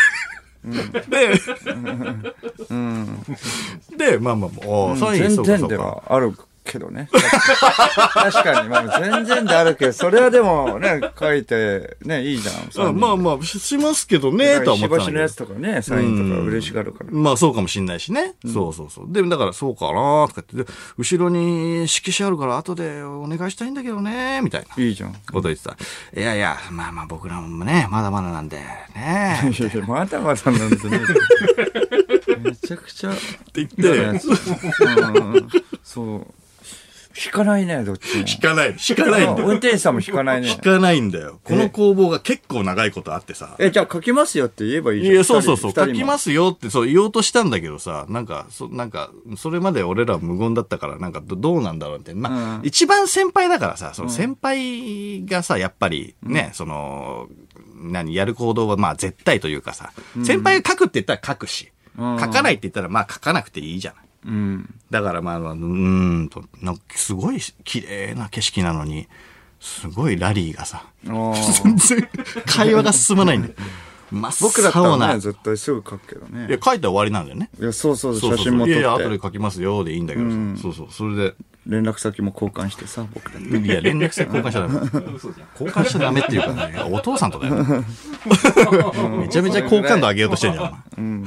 で、まあまあ、サイン全然ではあるけどね。確かに、まあ全然であるけど、それはでもね、書いてね、いいじゃん。 まあまあ、しますけどね、とは思ってたんだけど。 石橋のやつとかね、サインとか嬉しがるから。 まあそうかもしんないしね。そうそうそう。で、だからそうかなとか言って、後ろに色紙あるから後でお願いしたいんだけどね、みたいな。 いいじゃん。 こと言ってた。いやいや、まあまあ僕らもね、まだまだなんで、ね。 いやいや、まだまだなんですね。めちゃくちゃ。 って言って、 そう。引かないね、どっちも。 引かないんだよ。 運転手さんも引かないね。 引かないんだよ。この工房が結構長いことあってさ。 じゃあ書きますよって言えばいいじゃん。 いや、そうそうそう。書きますよってそう言おうとしたんだけどさ、なんか、それまで俺ら無言だったから、なんかどうなんだろうって。まあ、一番先輩だからさ、その先輩がさ、やっぱりね、やる行動はまあ絶対というかさ、先輩が書くって言ったら書くし、書かないって言ったらまあ書かなくていいじゃない。だからまあ、なんかすごい綺麗な景色なのに、すごいラリーがさ、全然会話が進まないんだよ。 僕だったらね、絶対すぐ書くけどね。 いや、書いて終わりなんだよね。 いや、そうそう、写真も撮って。 いや、後で書きますよでいいんだけどさ。そうそう、それで。 連絡先も交換してさ、僕だって。 いや、連絡先交換しちゃダメ。交換しちゃダメっていうかね、お父さんとだよ。めちゃめちゃ好感度上げようとしてんじゃん。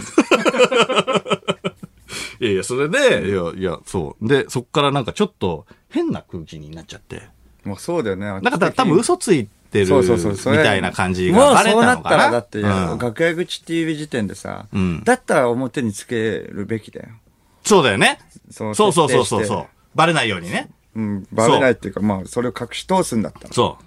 いやいや、それで、いや、そう。で、そっからなんかちょっと変な空気になっちゃって。 もうそうだよね。 なんか多分嘘ついてるみたいな感じがバレたのかな。もうそうなったら、 だって、楽屋口っていう時点でさ、だったら表につけるべきだよ。 そうだよね。そうそうそうそう。バレないようにね。 バレないっていうか、まあ、それを隠し通すんだったら。 そう。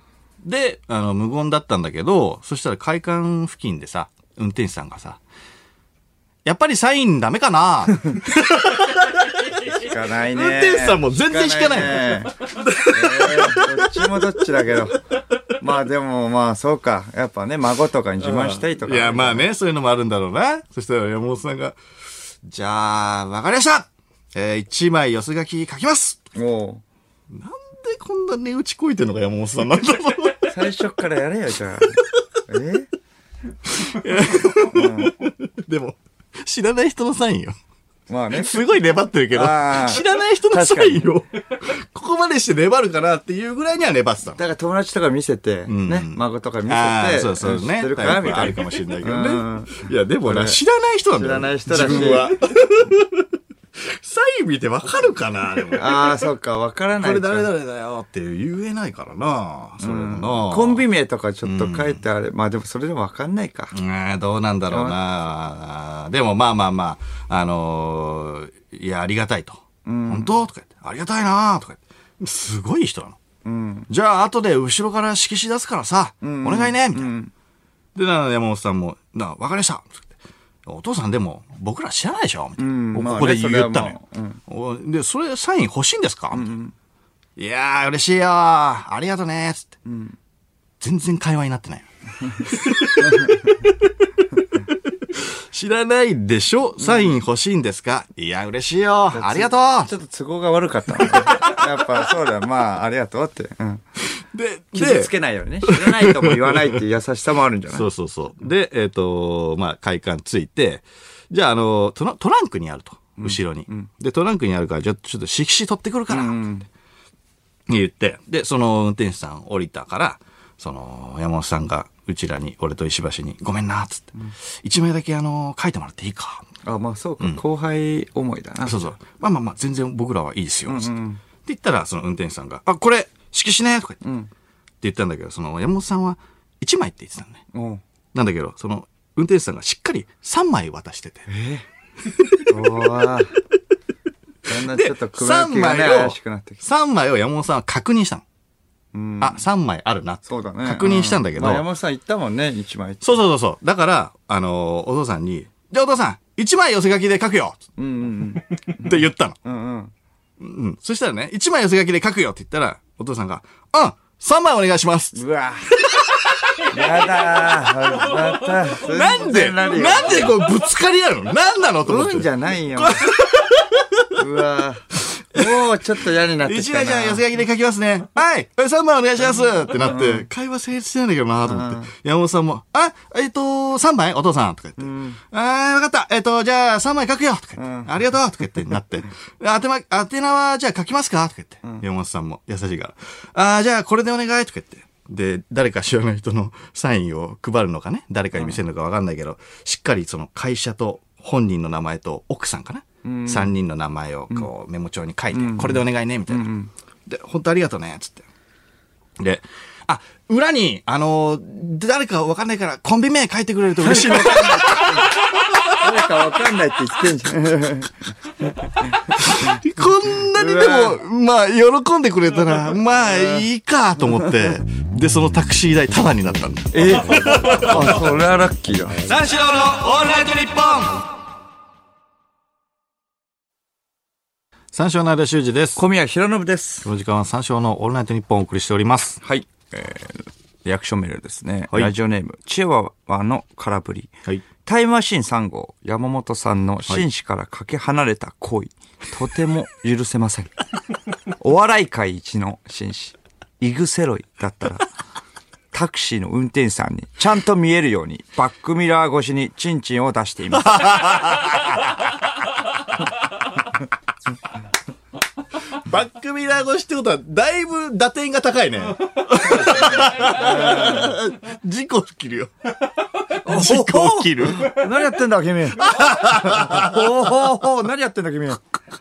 で、無言だったんだけど、そしたら会館付近でさ、運転手さんがさ、やっぱりサインダメかな引かないね。 運転手さんも全然引かないね。どっちもどっちだけど。まあでもまあそうか。やっぱね、孫とかに自慢したいとか。 いやまあね、そういうのもあるんだろうな。そしたら山本さんが、じゃあ、わかりました1枚寄せ書き書きますなんでこんな値打ちこいてんのか山本さんなんだろう。 最初からやれよ、じゃあ。 でも、知らない人のサインよ。 まあね。 すごい粘ってるけど、知らない人のサインを、ここまでして粘るかなっていうぐらいには粘ってた。 だから友達とか見せて、ね、孫とか見せて、 そうそうね。 知ってるかみたいな。 あるかもしれないけどね。いや、でもな、知らない人なんだよ。 知らない人だし。 自分は。サイン見てわかるかなでも。 そうか、わからない。 これ誰々だよって言えないからな。それもな。 コンビ名とかちょっと書いてあれ。まあでもそれでもわかんないか。 どうなんだろうな。でもまあまあまあ、いや、ありがたいと。本当とか言って、ありがたいなとか言って。すごい人なの。じゃあ後で後ろから色紙出すからさ、お願いねみたいな。で、山本さんも、わかりました。お父さんでも僕ら知らないでしょみたいな。ここで言ったのよ。で、それサイン欲しいんですかいやー、嬉しいよありがとねつって。全然会話になってない。知らないでしょサイン欲しいんですかいや、嬉しいよありがとうちょっと都合が悪かった。やっぱそうだよ。まあ、ありがとうって。で、傷つけないようにね。知らないとも言わないっていう優しさもあるんじゃないそうそうそう。で、まあ、会館ついて、じゃあ、トランクにあると。後ろに。で、トランクにあるから、ちょっと色紙取ってくるから。言って。で、その運転手さん降りたから、山本さんが、うちらに、俺と石橋に、ごめんな、つって。一枚だけ書いてもらっていいか。 まあそうか。後輩思いだな。 そうそう。まあ、全然僕らはいいですよ。つって。って言ったら、その運転手さんが、これ、色紙ねとか言って。って言ったんだけど、山本さんは1枚って言ってたのね。なんだけど、運転手さんがしっかり3枚渡してて。 だんだんちょっと組み分けがね、怪しくなってきた。 3枚を山本さんは確認したの。3枚あるな。 そうだね。 確認したんだけど。 山本さん言ったもんね、1枚。 そう。だから、お父さんに、じゃあお父さん、1枚寄せ書きで書くよって言ったの。そしたらね、1枚寄せ書きで書くよって言ったら、お父さんが、3枚お願いします。 うわやだまた。 なんでこうぶつかり合うの？なんなのと思って。 うんじゃないよ。うわもうちょっと嫌になってきたな。 一枚じゃあ、寄せ書きで書きますね。はい。3番お願いしますってなって、会話成立してないんだけどなと思って。山本さんも、3枚お父さんとか言って。わかった。じゃあ3枚書くよとか言って。ありがとうとか言ってなって。宛名はじゃあ書きますかとか言って。山本さんも優しいから。じゃあこれでお願いとか言って。で、誰か知らない人のサインを配るのかね。誰かに見せるのかわかんないけど、しっかりその会社と本人の名前と奥さんかな。3人の名前をこうメモ帳に書いて、これでお願いねみたいな。で、本当ありがとうねつって。で、裏に誰かわかんないからコンビ名書いてくれると嬉しいの。 誰かわかんないって言ってんじゃん。 こんなにでもまあ喜んでくれたらまあいいかと思って、でそのタクシー代タダになったんだ。 それはラッキーだ。 三四郎のオールナイトニッポン。三四郎の間修二です。 小宮浩信です。 この時間は三四郎のオールナイトニッポンをお送りしております。 はい。リアクションメールですね。はい、ラジオネーム、チワワの空振り。はい。タイムマシーン3号、山本さんの紳士からかけ離れた行為、とても許せません。お笑い界一の紳士、イグセロイだったら、タクシーの運転手さんにちゃんと見えるようにバックミラー越しにチンチンを出しています。 バックミラー越しってことはだいぶ打点が高いね。事故起きるよ。事故起きる。 何やってんだ君。何やってんだ君。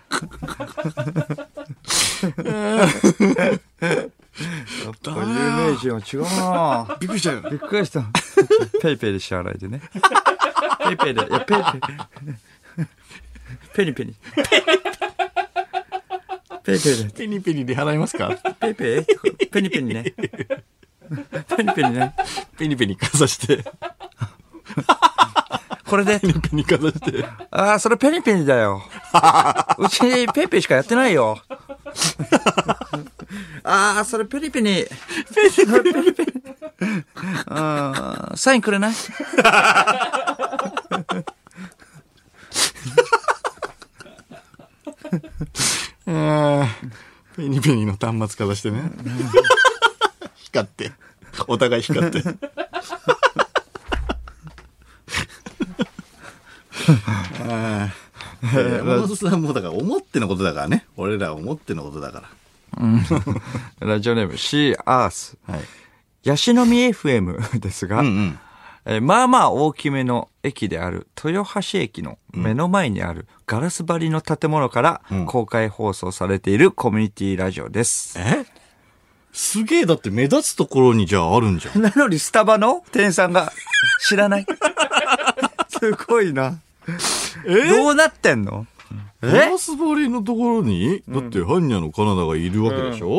やっぱ有名人は違うな。 びっくりしたよ。 びっくりした。ペイペイで支払いでね。ペイペイで、いやペイペイ。ペニペニ。ペイペイで。 ペニペニで払いますか？ ペイペイ？ペニペニね。ペニペニね。 ペニペニかざして。 これで。 ペニペニかざして。 それペニペニだよ。うちペイペイしかやってないよ。それペニペニ。ペニペニ。サインくれない？ ペニペニの端末かざしてね。光って。お互い光って。山本さんもだから思ってのことだからね。俺ら思ってのことだから。 ラジオネームシーアース。はい、ヤシの実 FM ですが、まあまあ大きめの駅である豊橋駅の目の前にあるガラス張りの建物から公開放送されているコミュニティラジオです。 すげえ、だって目立つところにじゃああるんじゃん。 なのにスタバの店員さんが知らない。すごいな。どうなってんの？ ガラス張りのところに、だってハンニャのカナダがいるわけでしょ？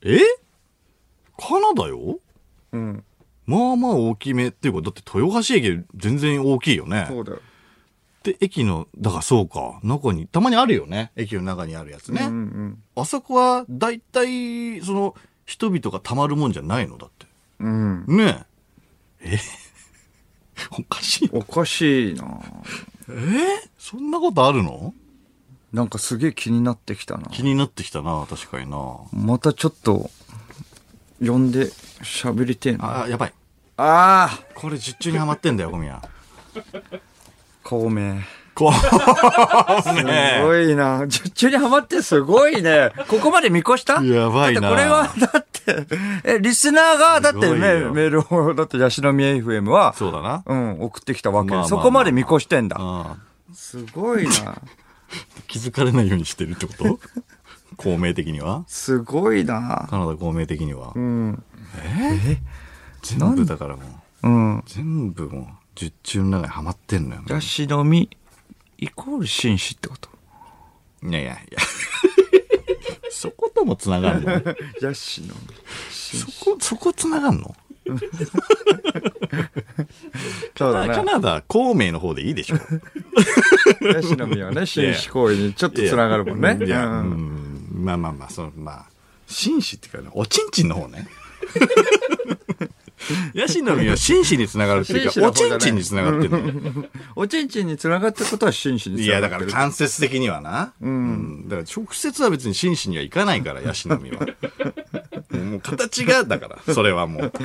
カナダよ？まあまあ大きめっていうか、だって豊橋駅全然大きいよね。 そうだよ。 で、駅の、だからそうか、中に、たまにあるよね。駅の中にあるやつね。あそこは、だいたい、人々が溜まるもんじゃないのだって。ねえ。おかしい。 おかしいな。 そんなことあるの？ なんかすげえ気になってきたな。 気になってきたな、確かにな。 またちょっと、呼んで喋りてえな。 やばい。これ術中にはまってんだよ、小宮。 孔明。 すごいな。術中にはまってすごいね。ここまで見越した？ やばいな。 これは、だって、リスナーが、だってメールを、だってヤシの実 FM は、 そうだな。 送ってきたわけ。そこまで見越してんだ。すごいな。 気づかれないようにしてるってこと？公明的には？ すごいな。 カナダ公明的には。全部だからもう。全部もう、術中の中にはまってんのよ。 ヤシの実イコール紳士ってこと？ いや。そことも繋がんの？ ヤシの実。そこ繋がんの？ そうだね。 カナダ公明の方でいいでしょ。 ヤシの実はね、紳士行為にちょっと繋がるもんね。 まあ、紳士っていうかね、おちんちんの方ね。 ヤシの実は紳士につながるっていうか、おちんちんにつながってるの。 おちんちんにつながったことは紳士につながってる。 いや、だから間接的にはな。だから直接は別に紳士にはいかないから、ヤシの実は。もう形が、だから、それはもう。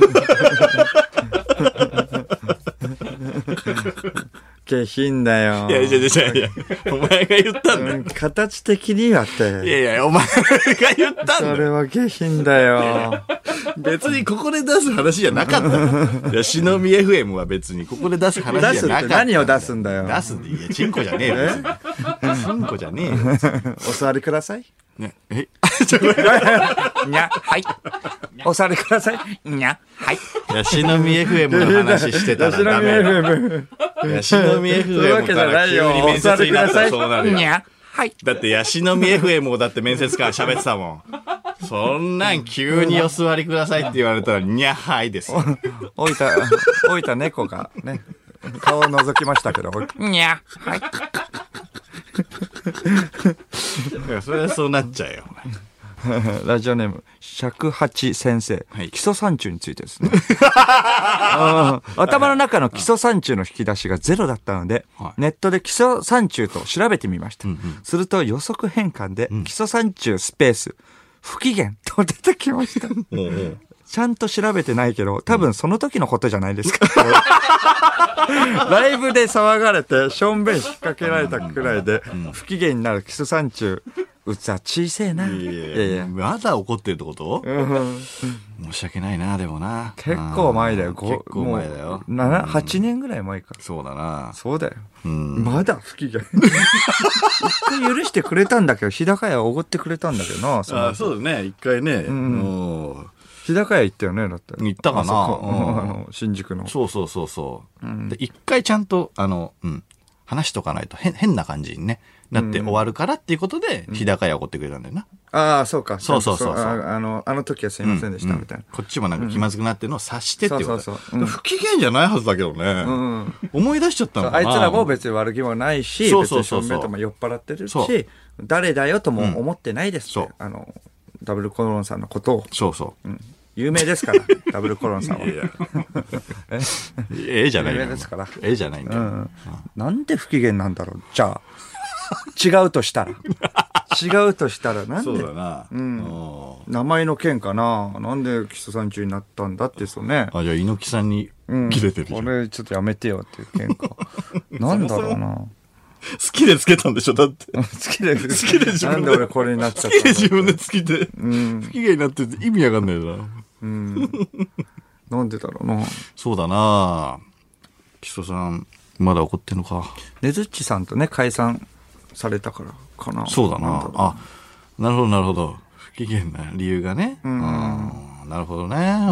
下品だよ。 いや、お前が言ったんだよ。 形的にはって。 いや、お前が言ったんだよ。 それは下品だよ。 別にここで出す話じゃなかった。ヤシの実 FM は別にここで出す話じゃなかった。 出すって何を出すんだよ。 出すって、いや、チンコじゃねえよ。チンコじゃねえよ。 お座りください。 ね、 にゃ、はい。お座りください。にゃ、はい。 ヤシの実 FM の話してたらダメだ。ヤシの実 FM から急に面接になったらそうなるよ。 にゃ、はい。 だってヤシの実 FM をだって面接官喋ってたもん。そんなん急にお座りくださいって言われたら、にゃはいですよ。 置いた猫がね、顔を覗きましたけど、にゃ、はい。 いや、それはそうなっちゃうよ。 ラジオネーム、尺八先生、 はい、 基礎山中についてですね。頭の中の基礎山中の引き出しがゼロだったので、はい、ネットで基礎山中と調べてみました。すると予測変換で、基礎山中スペース、不機嫌と出てきました。ちゃんと調べてないけど、多分その時のことじゃないですか。ライブで騒がれて、しょんべん引っ掛けられたくらいで、不機嫌になる基礎山中、器小せえな。 いやまだ怒ってるってこと、申し訳ないな、でもな。 結構前だよ。 結構前だよ。 8年ぐらい前か。 そうだな。 そうだよ。まだ不機嫌。一回許してくれたんだけど、日高屋おごってくれたんだけどな。 そうだね、一回ね。 日高屋行ったよね、だって。 行ったかな。 新宿の。 そう。で、一回ちゃんと、話しとかないと変な感じにね、なって終わるからっていうことで、日高屋怒ってくれたんだよな。 ああ、そうか。 そう。 あの時はすいませんでした、みたいな。 こっちもなんか気まずくなってるのを察してっていうこと。不機嫌じゃないはずだけどね。思い出しちゃったのかな。 あいつらも別に悪気もないし、別に正面とも酔っ払ってるし、誰だよとも思ってないですって。ダブルコロンさんのことを。 そう。 有名ですから、ダブルコロンさんは。 じゃない。 有名ですから。 じゃないんだよ。 なんで不機嫌なんだろう。じゃあ、違うとしたらなんで。 そうだな。 名前の件かな。なんで基礎山中になったんだってそうね。 じゃあ猪木さんに切れてるじゃん。 俺ちょっとやめてよっていう件か。なんだろうな。 好きでつけたんでしょだって。 好きでなんで俺これになっちゃった好きで自分でつけて、不機嫌になってて意味わかんないな。 なんでだろうな。 そうだな。木曽さん、まだ怒ってんのか。 ねずっちさんとね、解散されたからかな。 そうだな。なるほど。不機嫌な理由がね。なるほどね。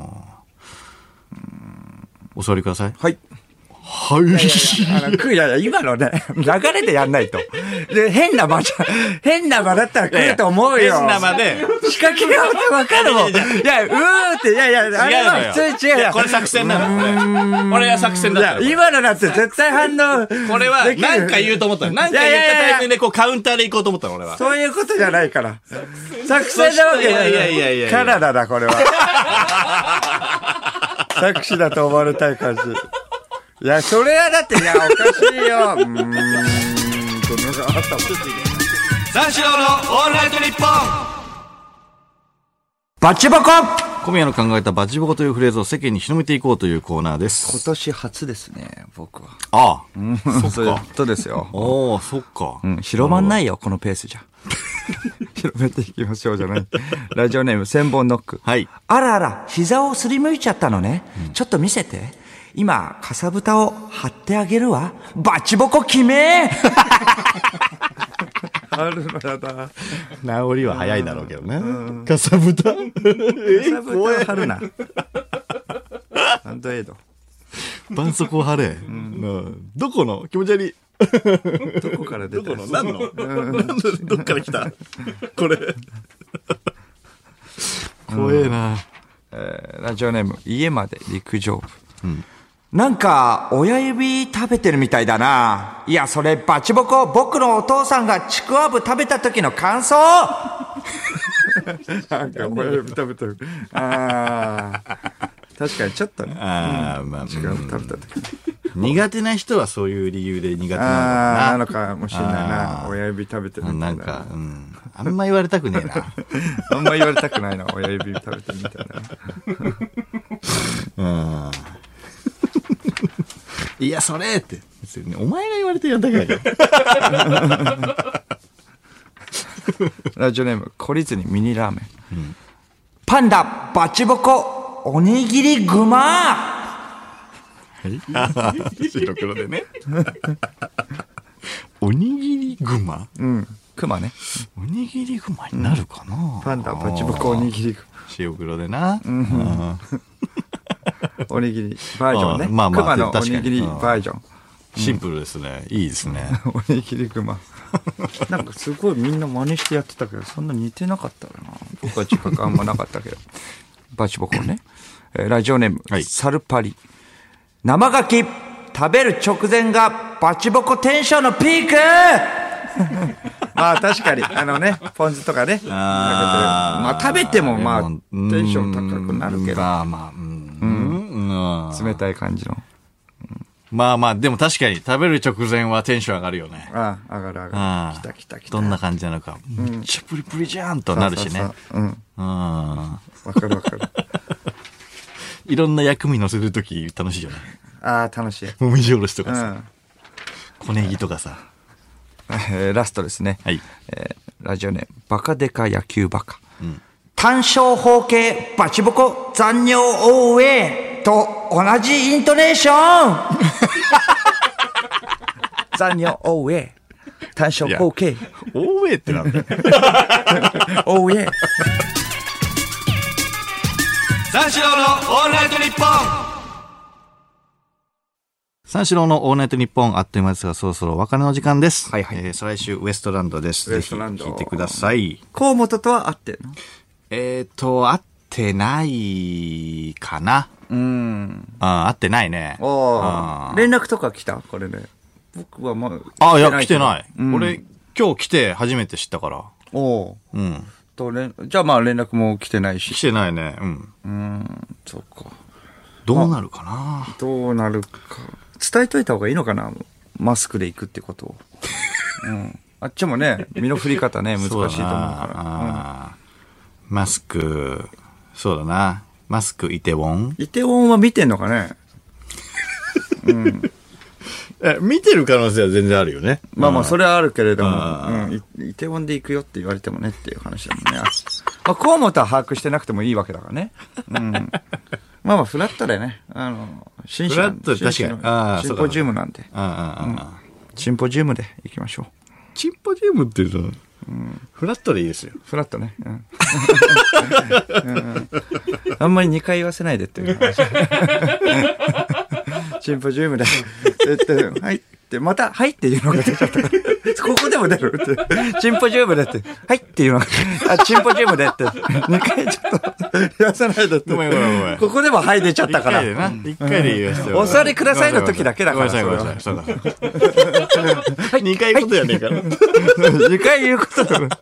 お座りください。 はい。 はい。 いや、今のね、流れでやんないと。で、変な場だったら来ると思うよ。 変な場で。 仕掛けがわかるもん。いや、って、あれは普通に違うよ。 これ作戦なの。これは作戦だった。 今のだって絶対反応。 これは、何か言うと思ったの。何か言ったタイミングでこうカウンターで行こうと思ったの、俺は。 そういうことじゃないから。作戦なわけない。 いや。 カナダだ、これは。作詞だと思われたい感じ。いや、それはだって、おかしいよ。このがあったもん。 三四郎のオールナイトニッポンバチボコ小宮の考えたバチボコというフレーズを世間に広めていこうというコーナーです。 今年初ですね、僕は。 ああ。 そっか。そうですよ。 おー、そっか。 広まんないよ、このペースじゃ。広めていきましょうじゃない。ラジオネーム、千本ノック。 はい。 あら、膝をすりむいちゃったのね。ちょっと見せて。今、かさぶたを貼ってあげるわ。バチボコ決めあるのやだ。 治りは早いだろうけどね。かさぶたかさぶたを貼るな。ハンドエイド。 絆創膏貼れ。どこの気持ち悪い。 どこから出たの何のどっから来たこれ。怖えな。 ラジオネーム、家まで陸上部。なんか、親指食べてるみたいだな。いや、それ、バチボコ、僕のお父さんがちくわぶ食べた時の感想なんか、親指食べてる。 確かにちょっとね。 まあ、 違う食べた時苦手な人はそういう理由で苦手なのかもしれないな。親指食べてるみたいな。 なんか、あんま言われたくねえな。 あんま言われたくないな、親指食べてるみたいな。 いや、それって。お前が言われてやったからよ。 ラジオネーム、懲りずにミニラーメン。パンダ、バチボコ、おにぎりグマ白黒でね。おにぎりグマ？ クマね。 おにぎりグマになるかな。 パンダ、バチボコ、おにぎりグマ。 白黒でな。 おにぎりバージョンね。クまあまあマのおにぎりバージョン。 シンプルですね。いいですね。 おにぎりグマ。なんかすごいみんな真似してやってたけど、そんな似てなかったかな。僕は自覚あんまなかったけど。バチボコね。ラジオネーム、サルパリ。生牡蠣食べる直前がバチボコテンションのピークまあ確かに、ポン酢とかね。まあ食べてもまあテンション高くなるけど。冷たい感じの。 まあまあ、でも確かに食べる直前はテンション上がるよね。 上がる。来た来た来た。 どんな感じなのか。めっちゃプリプリじゃんとなるしね。 わかる。 いろんな薬味乗せるとき楽しいよね。 楽しい。 もみじおろしとかさ。小ネギとかさ。 ラストですね。 はい。 ラジオネーム、バカデカ野球バカ。単小方形バチボコ残尿オーウェイと同じイントネーション残尿オーウェイ。単小方形。 オーウェイってなんだよ。 オーウェイ。 三四郎のオールナイトニッポン。三四郎のオールナイトニッポン、あっという間ですが、そろそろお別れの時間です。 はいはい。 再来週ウエストランドです。ぜひ聞いてください。 河本とは会ってんの？ 会ってないかな。会ってないね。 連絡とか来た？これね。僕はまあ。いや、来てない。俺、今日来て初めて知ったから。じゃあまあ連絡も来てないし。 来てないね。 そっか。 どうなるかな。 どうなるか。伝えといた方がいいのかな、マスクで行くってことを。あっちもね、身の振り方ね、難しいと思うから。 マスク、そうだな。マスクイテウォン？ イテウォンは見てんのかね。 見てる可能性は全然あるよね。 まあまあ、それはあるけれども、イテウォンで行くよって言われてもねっていう話だもんね。まあ、河本は把握してなくてもいいわけだからね。まあまあ、フラットでね、紳士なんで。 フラット、確かに。 シンポジウムなんで。シンポジウムで行きましょう。 シンポジウムって言うと、フラットでいいですよ。 フラットね。あんまり2回言わせないでっていう話。シンポジウムで。はいって、また、はいっていうのが出ちゃったから。ここでも出るって。シンポジウムでって。はいっていうのが。シンポジウムでって。2回ちょっと言わせないでって。ごめん。ここでもはい出ちゃったから。 1回で言わせて。 お座りくださいの時だけだから。 ごめんなさい。そうだ。2回言うことやねえから。 2回言うことだから。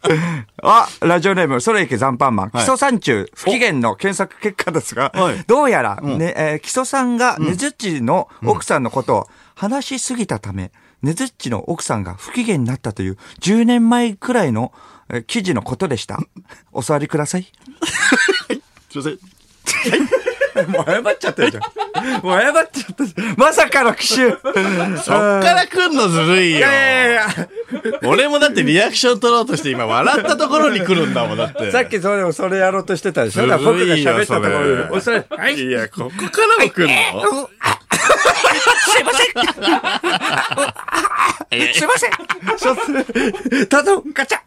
ラジオネーム、それいけ残飯マン。基礎山中、不機嫌の検索結果ですが、どうやら、基礎さんがねずっちの奥さんのことを話しすぎたため、ねずっちの奥さんが不機嫌になったという10年前くらいの記事のことでした。お座りください。 すいません。 もう謝っちゃったじゃん。もう謝っちゃった。まさかの奇襲。そっから来んのずるいよ。いや。俺もだってリアクション取ろうとして今笑ったところに来るんだもん、だって。 さっきそれやろうとしてたでしょ。だから僕が喋ったところで。お座り。 はい。いや、ここからも来るの？ すいません。すいません。ただ、ガチャ。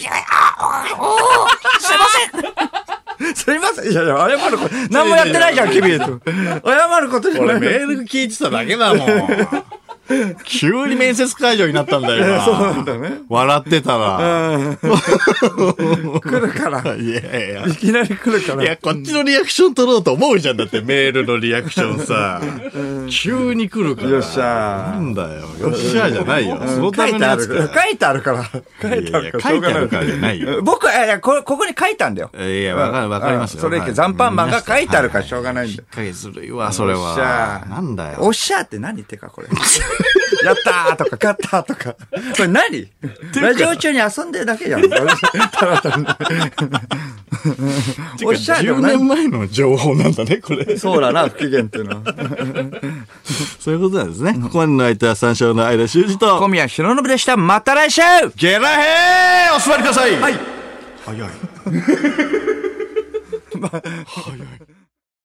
すいません。すいません。いや、謝ること、何もやってないじゃん、君。謝ることじゃない。 俺メール聞いてただけだもん。 急に面接会場になったんだよ。 そうなんだね。 笑ってたら。 来るから。 いやいや。 いきなり来るから。 いや、こっちのリアクション取ろうと思うじゃん。だってメールのリアクションさ。急に来るから。 よっしゃー。 なんだよ。よっしゃーじゃないよ。そのためのやつか。 書いてあるから。書いてあるから。 書いてあるからじゃないよ。 僕は、ここに書いたんだよ。 いや、わかりますよ。 それ残飯マンが書いてあるからしょうがないんだよ。 しっかりずるいわ、それは。 おっしゃー。 なんだよ。 おっしゃーって何言ってか、これ。やったーとか、勝ったーとか。これ何ラジオ中に遊んでるだけじゃん。ただただ。 おっしゃー10年前の情報なんだね、これ。 そうだな、不機嫌っていうのは。 そういうことなんですね。ここまでの相手は三章の間修二と小宮浩信でした。また来週ゲラヘーお座りください。 はい。 早い。早い。